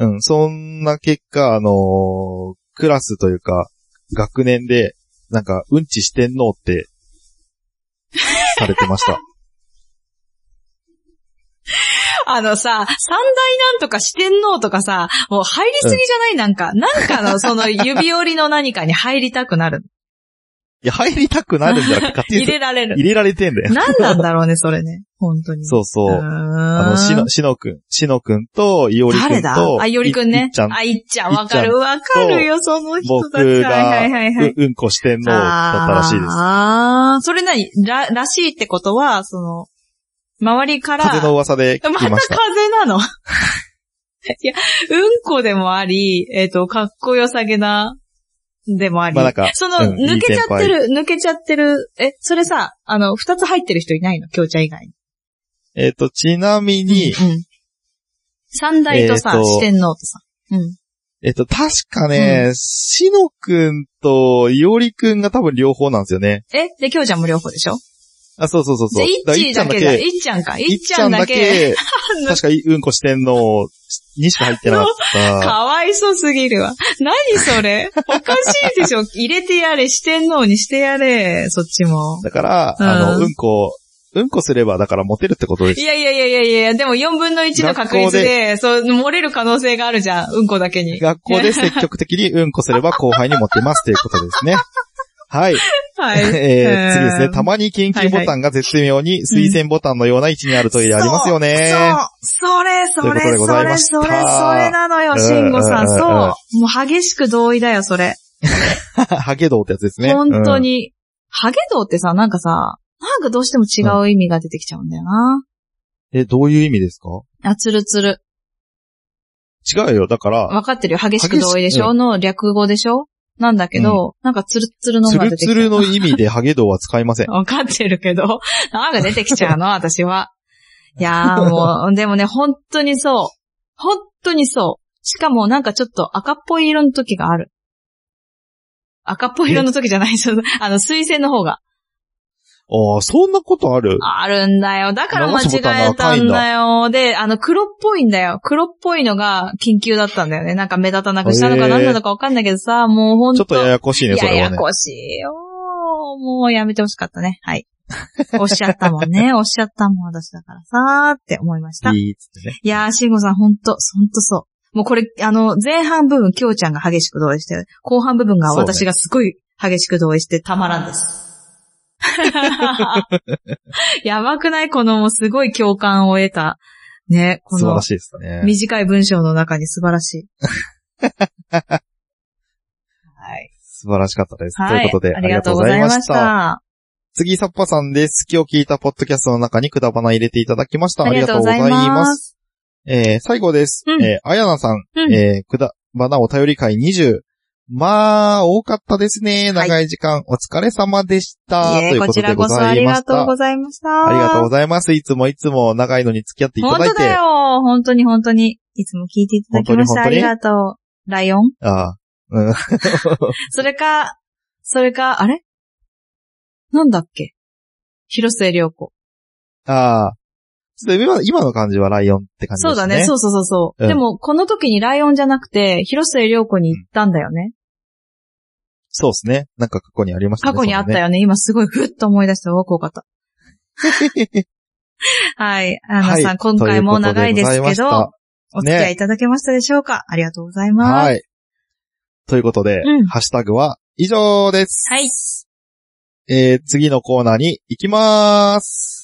うん、そんな結果、あのー、クラスというか、学年で、なんか、うんちしてんのって、されてました。 あのさ、三大なんとかしてんのとかさ、もう入りすぎじゃない、うん、なんか、なんかのその指折りの何かに入りたくなる。 いや、入りたくなるんじゃなくて、 入れられる。 入れられてんだよ。 何なんだろうね、それね。本当に。 そうそう。あの、しの、しのくん、しのくんと、いおりくんと、誰だあ、いおりくんね。いっちゃん。あ、いっちゃん、わかる、わかるよ、その人たち。 僕が、はいはいはい、う、うんこしてんのだったらしいです。 ああ、それ何ら、らしいってことは、その、周りから。 風の噂で聞きました。 また風なのいや、うんこでもあり、えっと、かっこよさげな、でもあり。まあなんか、その、うん、抜けちゃってる、抜けちゃってる、え、それさ、あの、二つ入ってる人いないの？きょうちゃん以外に。 えっ、ー、と、ちなみに、うんうん、 三大とさ、えー、四天王とさ。うん。 えっ、ー、と、確かね、うん、しのくんといおりくんが多分両方なんですよね。 えで、きょうちゃんも両方でしょ？ あ、そうそうそうそう。 じゃあ、いっちだけだ。いっちゃんか。いっちゃんだけ。 確かうんこしてんのにしか入ってなかった。 かわいそうすぎるわ。何それおかしいでしょ。入れてやれ、してんのにしてやれ、そっちも。 だから、うん、あの、うんこ、うんこすれば、だからモテるってことです。 いやいやいやいやいや、でもよんぶんのいちの確率で、そう、漏れる可能性があるじゃん。うんこだけに。 学校で積極的にうんこすれば後輩にモテますということですね。はい。はい。えー、次ですね。たまに研究ボタンが絶妙に推薦ボタンのような位置にあるトイレありますよね。 そう。それ、それ、それ、それ、それ、それなのよ、慎吾さん。そう。もう激しく同意だよ、それ。 ハゲ道ってやつですね。 本当に。うん、ハゲ道ってさ、なんかさ、なんかどうしても違う意味が出てきちゃうんだよな。 うん、え、どういう意味ですか？ あ、つるつる。 違うよ、だから。 わかってるよ。激しく同意でしょ、うん、の略語でしょなんだけど、うん、なんかツルツルのが出てきた。 ツルツルの意味でハゲ道は使いません。 わかってるけど、なんか出てきちゃうの、私は。いやーもう、でもね、本当にそう。本当にそう。しかもなんかちょっと赤っぽい色の時がある。赤っぽい色の時じゃないですよ。あの、水性の方が。 ああ、そんなことある？ あるんだよ。だから間違えたんだよ。で、あの、黒っぽいんだよ。黒っぽいのが緊急だったんだよね。なんか目立たなくしたのか何なのかわかんないけどさ、もうほんと。 ちょっとややこしいね、それはね。 ややこしいよ。もうやめてほしかったね。はい。 おっしゃったもんね。おっしゃったもん、私だからさーって思いました。 いいっつってね。 いやー、慎吾さんほんと、ほんとそう。もうこれ、あの、前半部分、きょうちゃんが激しく同意して、後半部分が私がすごい激しく同意してたまらんです。やばくない？このもうすごい共感を得た。ね、この。 素晴らしいですね。 短い文章の中に素晴らしい。はい。 素晴らしかったです。 はい、 ということで、 ありがとうございました。 次、サッパさんです。今日聞いたポッドキャストの中にくだばな入れていただきました。ありがとうございます。えー、最後です。うん、えー、あやなさん、うん、えー、くだばなお便り会にじゅう。まあ、多かったですね。長い時間、はい、お疲れ様でした。ということでございました。こちらこそありがとうございました。ありがとうございます。いつもいつも長いのに付き合っていただいて。 本当だよ。本当に本当に。いつも聞いていただきました。ありがとう。ライオン？ ああ。うん。 それか、それか、あれなんだっけ広末涼子。 ああ。今, 今の感じはライオンって感じですね。 そうだね。そうそうそうそう、うん。でも、この時にライオンじゃなくて、広末涼子に行ったんだよね。うん、 そうですね。なんか過去にありましたね。 過去にあったよね。ね、今すごいふっと思い出してわくわかった。はい。アンナさん、はい、今回も長いですけど、お付き合いいただけましたでしょうか、ね、ありがとうございます。はい。 ということで、うん、ハッシュタグは以上です。 はい。 えー、次のコーナーに行きまーす。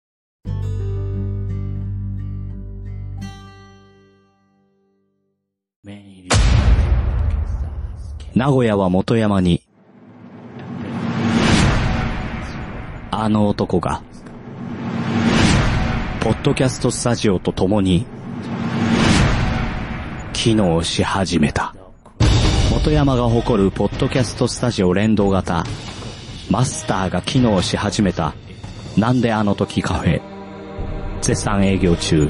名古屋は元山に、あの男が、ポッドキャストスタジオと共に、機能し始めた。元山が誇るポッドキャストスタジオ連動型、マスターが機能し始めた、なんであの時カフェ、絶賛営業中。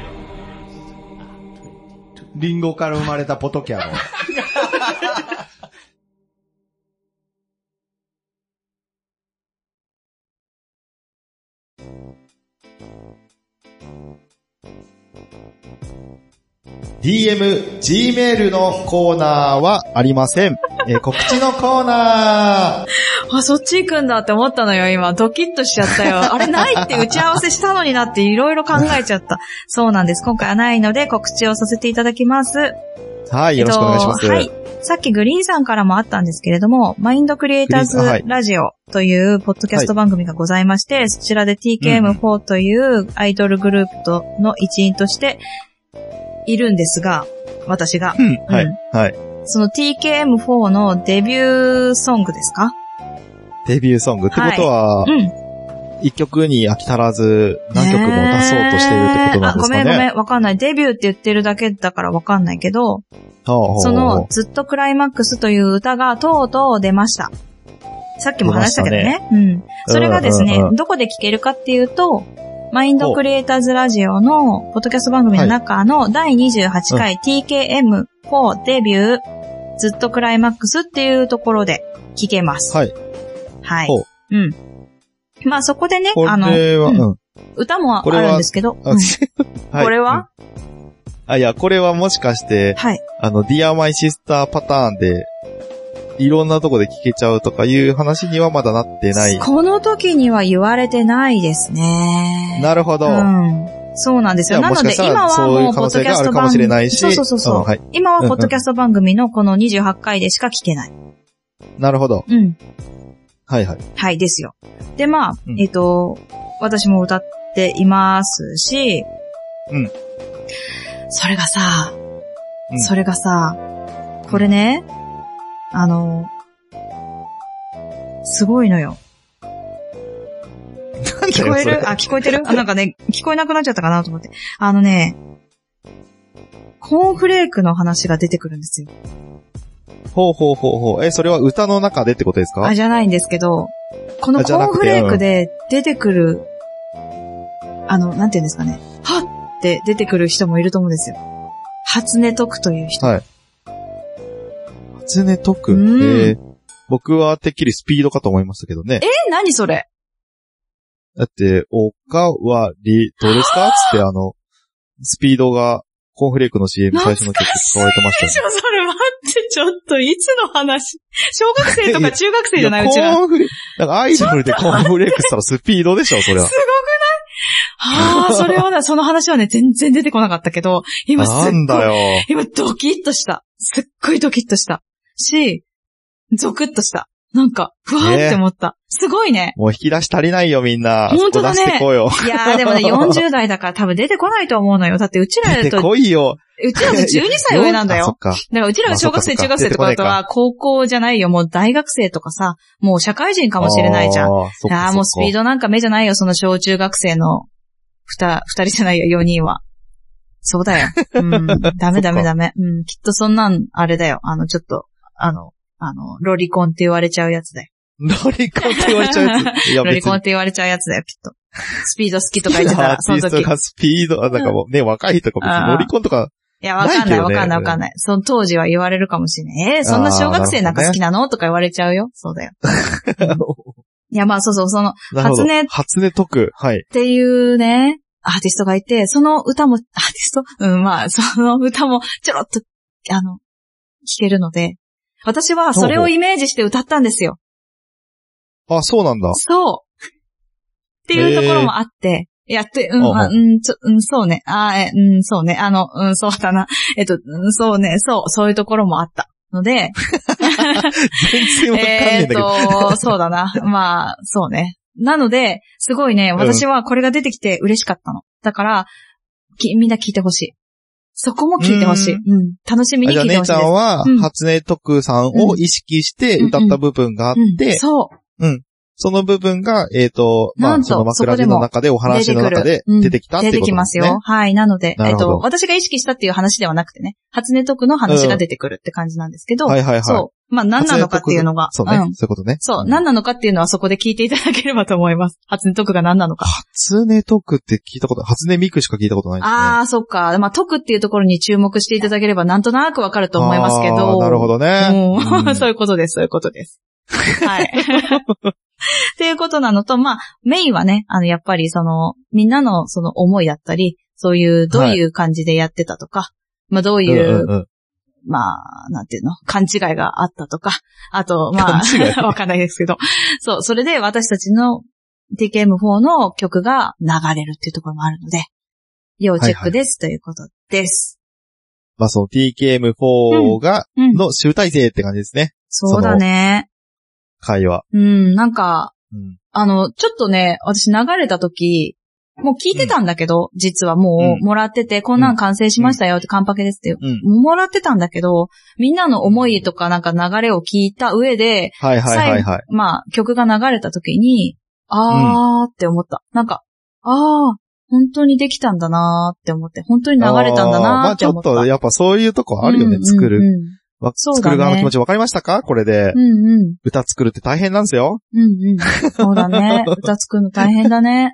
リンゴから生まれたポトキャロ。 ディーエム、Gmail のコーナーはありません。えー、告知のコーナー。 あ、そっち行くんだって思ったのよ、今。ドキッとしちゃったよ。あれないって打ち合わせしたのになっていろいろ考えちゃった。そうなんです。今回はないので告知をさせていただきます。 はい、よろしくお願いします。 えっと、はい。さっきグリーンさんからもあったんですけれども、マインドクリエイターズラジオというポッドキャスト番組がございまして、はい、そちらで ティーケーエムフォー というアイドルグループとの一員としているんですが、私が。 うん、はい、うん、はい。 その ティーケーエムフォー のデビューソングですか？ デビューソングってことは、はい、うん。一曲に飽き足らず何曲も出そうとしているってことなんですかね。 あ、ごめんごめん、わかんない。デビューって言ってるだけだからわかんないけど、そのずっとクライマックスという歌がとうとう出ました。さっきも話したけどね。ねうん。それがですね、うんうんうん、どこで聴けるかっていうと、マインドクリエイターズラジオのポッドキャスト番組の中のだいにじゅうはちかい、はい、ティーケーエムフォー デビューずっとクライマックスっていうところで聴けます。 はい。 はい。うん。まあそこでね、 あの、うん、 歌もあるんですけど、これは、うんはい、これは、 うん、あ、いや、これはもしかして、はい。あの、Dear My Sister パターンで、いろんなとこで聴けちゃうとかいう話にはまだなってない。 この時には言われてないですね。 なるほど。 うん。そうなんですよ。なので今はもうポッドキャスト番組、そうそうそうそう、うんはい、今はポッドキャスト番組のこのにじゅうはちかいでしか聴けない。 なるほど。 うん。 はいはい。 はいですよ。で、まあ、うん、えっと、私も歌っていますし、 うん。 それがさ、うん、それがさ、これね、あの、すごいのよ。聞こえる？あ、聞こえてる？あ、なんかね、聞こえなくなっちゃったかなと思って。あのね、コーンフレークの話が出てくるんですよ。 ほうほうほうほう。え、それは歌の中でってことですか？ あ、じゃないんですけど、このコーンフレークで出てくる、あの、なんていうんですかね。はっって出てくる人もいると思うんですよ。初音徳という人。はい。 初音徳、うん、えー、僕はてっきりスピードかと思いましたけどね。 えー、何それ？ だって、おかわり、どうですかつってあの、スピードが、コーンフレークの シーエム 最初の曲使われてましたね。 それ待っってちょっと、いつの話？小学生とか中学生じゃないうちら。 コーンフレなんかアイドルでコーンフレークしたらスピードでしょ、それは。 すごくない？はあ、それはな、その話はね、全然出てこなかったけど、今すっごい、 なんだよ。 今ドキッとした。すっごいドキッとした。し、ゾクッとした。なんか、ふわーって思った。すごいね。 もう引き出し足りないよ、みんな。 本当だね。 出してこうよ。 いやーでもね、よんじゅう代だから多分出てこないと思うのよ。だってうちらと。 出てこいよ。 うちらとじゅうにさい上なんだよ。 そっか。 だからうちらが小学生、中学生とかだとは、高校じゃないよ。もう大学生とかさ、もう社会人かもしれないじゃん。ああ、もうスピードなんか目じゃないよ、その小中学生の、ふた、二人じゃないよ、よにんは。そうだよ。うん。ダメダメダメ。うん。きっとそんなん、あれだよ。あの、ちょっと、あの、あの、ロリコンって言われちゃうやつだよ。 ロリコンって言われちゃうやつ。いやロリコンって言われちゃうやつだよ、きっと。スピード好きとか言ってたら、その時。 スピード、なんかもうね、若い人か別にロリコンとか。 いや、わかんない、わかんない、わかんない。その当時は言われるかもしれない。えー、そんな小学生なんか好きなのとか言われちゃうよ。そうだよ。いや、まあそうそう、その、初音。 初音解く。はい。 っていうね、アーティストがいて、その歌も、アーティストうん、まあ、その歌もちょろっと、あの、聴けるので、私はそれをイメージして歌ったんですよ。 あ、そうなんだ。 そう。っていうところもあって、やって、うん、あうん、ちょ、うん、そうね。あえ、うん、そうね。あの、うん、そうだな。えっと、うん、そうね。そう、そういうところもあった。ので。 全然わかんないんだけど。 えっと、そうだな。まあ、そうね。なので、すごいね、私はこれが出てきて嬉しかったの。だから、きみんな聞いてほしい。そこも聞いてほしい。うん。楽しみに聞いてほしいです。 じゃあ姉ちゃんは、うん、初音トクさんを意識して歌った部分があって、 うんうん、そう。 うん。その部分が、えっと、まあ、その枕地の中でお話の中で出てきたってことですね。出てきますよ。 はい。なので、えっと、私が意識したっていう話ではなくてね、初音トクの話が出てくるって感じなんですけど、 はいはいはい。 そう。まあ、何なのかっていうのが。 そうね。そういうことね。 そう。何なのかっていうのはそこで聞いていただければと思います。初音トクが何なのか。 初音トクって聞いたこと、初音ミクしか聞いたことないですね。 ああ、そっか。まあ、トクっていうところに注目していただければなんとなくわかると思いますけど。 なるほどね。 うん。そういうことです、そういうことです。はい。っていうことなのと、まあ、メインはね、あの、やっぱりその、みんなのその思いだったり、そういう、どういう感じでやってたとか、はい、まあ、どういう、うんうんうん、まあ、なんていうの、勘違いがあったとか、あと、まあ、わかんないですけど、そう、それで私たちの ティーケーエムフォー の曲が流れるっていうところもあるので、要チェックです、はいはい、ということです。 まあ、その ティーケーエムフォー が、うんうん、の集大成って感じですね。 そうだね。 会話。 うん、なんか、うん、あの、ちょっとね、私流れた時、もう聞いてたんだけど、うん、実はもうもらってて、うん、こんなん完成しましたよって、カンパケですって、うん、もらってたんだけど、みんなの思いとかなんか流れを聞いた上で、 はいはいはいはい。 まあ、曲が流れた時に、あーって思った。なんか、あー、本当にできたんだなーって思って、本当に流れたんだなーって思った。 まあちょっとやっぱそういうとこあるよね、うんうんうん、作る。作る側の気持ち分かりましたか？これで、うんうん。歌作るって大変なんですよ。 うんうん。そうだね。歌作るの大変だね。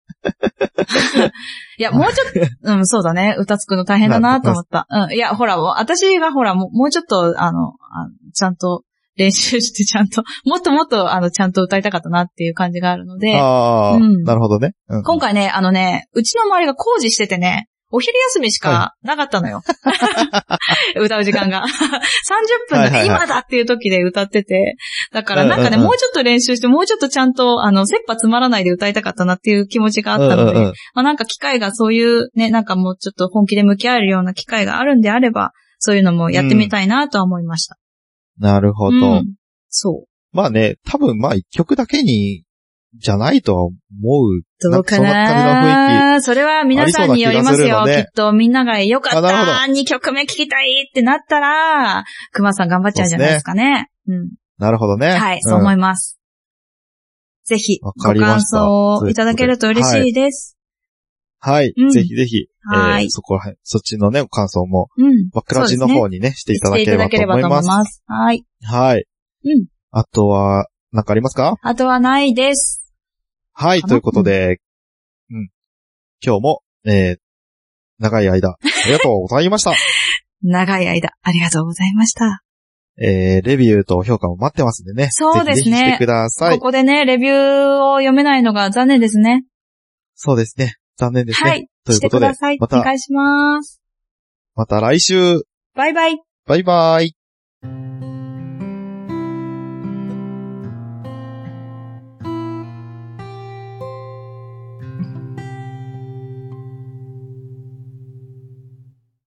いや、もうちょっと、うん、そうだね。歌作るの大変だなと思った。うん。いや、ほら、私がほら、もう、もうちょっと、あの、あちゃんと練習してちゃんと、もっともっと、あの、ちゃんと歌いたかったなっていう感じがあるので。 ああ、うん、なるほどね、 うん。今回ね、あのね、うちの周りが工事しててね、お昼休みしかなかったのよ。はい、歌う時間が。さんじゅっぷんだけ、はいはいはい、今だっていう時で歌ってて。だからなんかね、うんうんうん、もうちょっと練習して、もうちょっとちゃんと、あの、切羽詰まらないで歌いたかったなっていう気持ちがあったので、うんうんうん、まあなんか機会がそういうね、なんかもうちょっと本気で向き合えるような機会があるんであれば、そういうのもやってみたいなとは思いました。 うん、なるほど、うん。 そう。 まあね、多分まあ一曲だけに、じゃないとは思う。 どうかな、なんかそんな感じの雰囲気。それは皆さんによりますよ。きっとみんながよかった、にきょくめ聴きたいってなったら、熊さん頑張っちゃうんじゃないですかね。うん。 なるほどね。 はい、そう思います。うん、ぜひ、ご感想をいただけると嬉しいです。 はい。はいうん、ぜひぜひ、はい、えー、そこら辺、そっちのね、ご感想も、うん。バックラジの方にね、していただければと思います。ます。 はい。 はい。 うん。 あとは、なんかありますか？ あとはないです。 はい、ということで、うん。今日も、えー、長い間、ありがとうございました。 長い間、ありがとうございました。 えー、レビューと評価も待ってますんでね。 そうですね。 ぜひぜひしてください。 ここでね、レビューを読めないのが残念ですね。 そうですね。残念ですね。 はい。 ということで、 してください。また、お願いします。 また来週。 バイバイ。 バイバイ。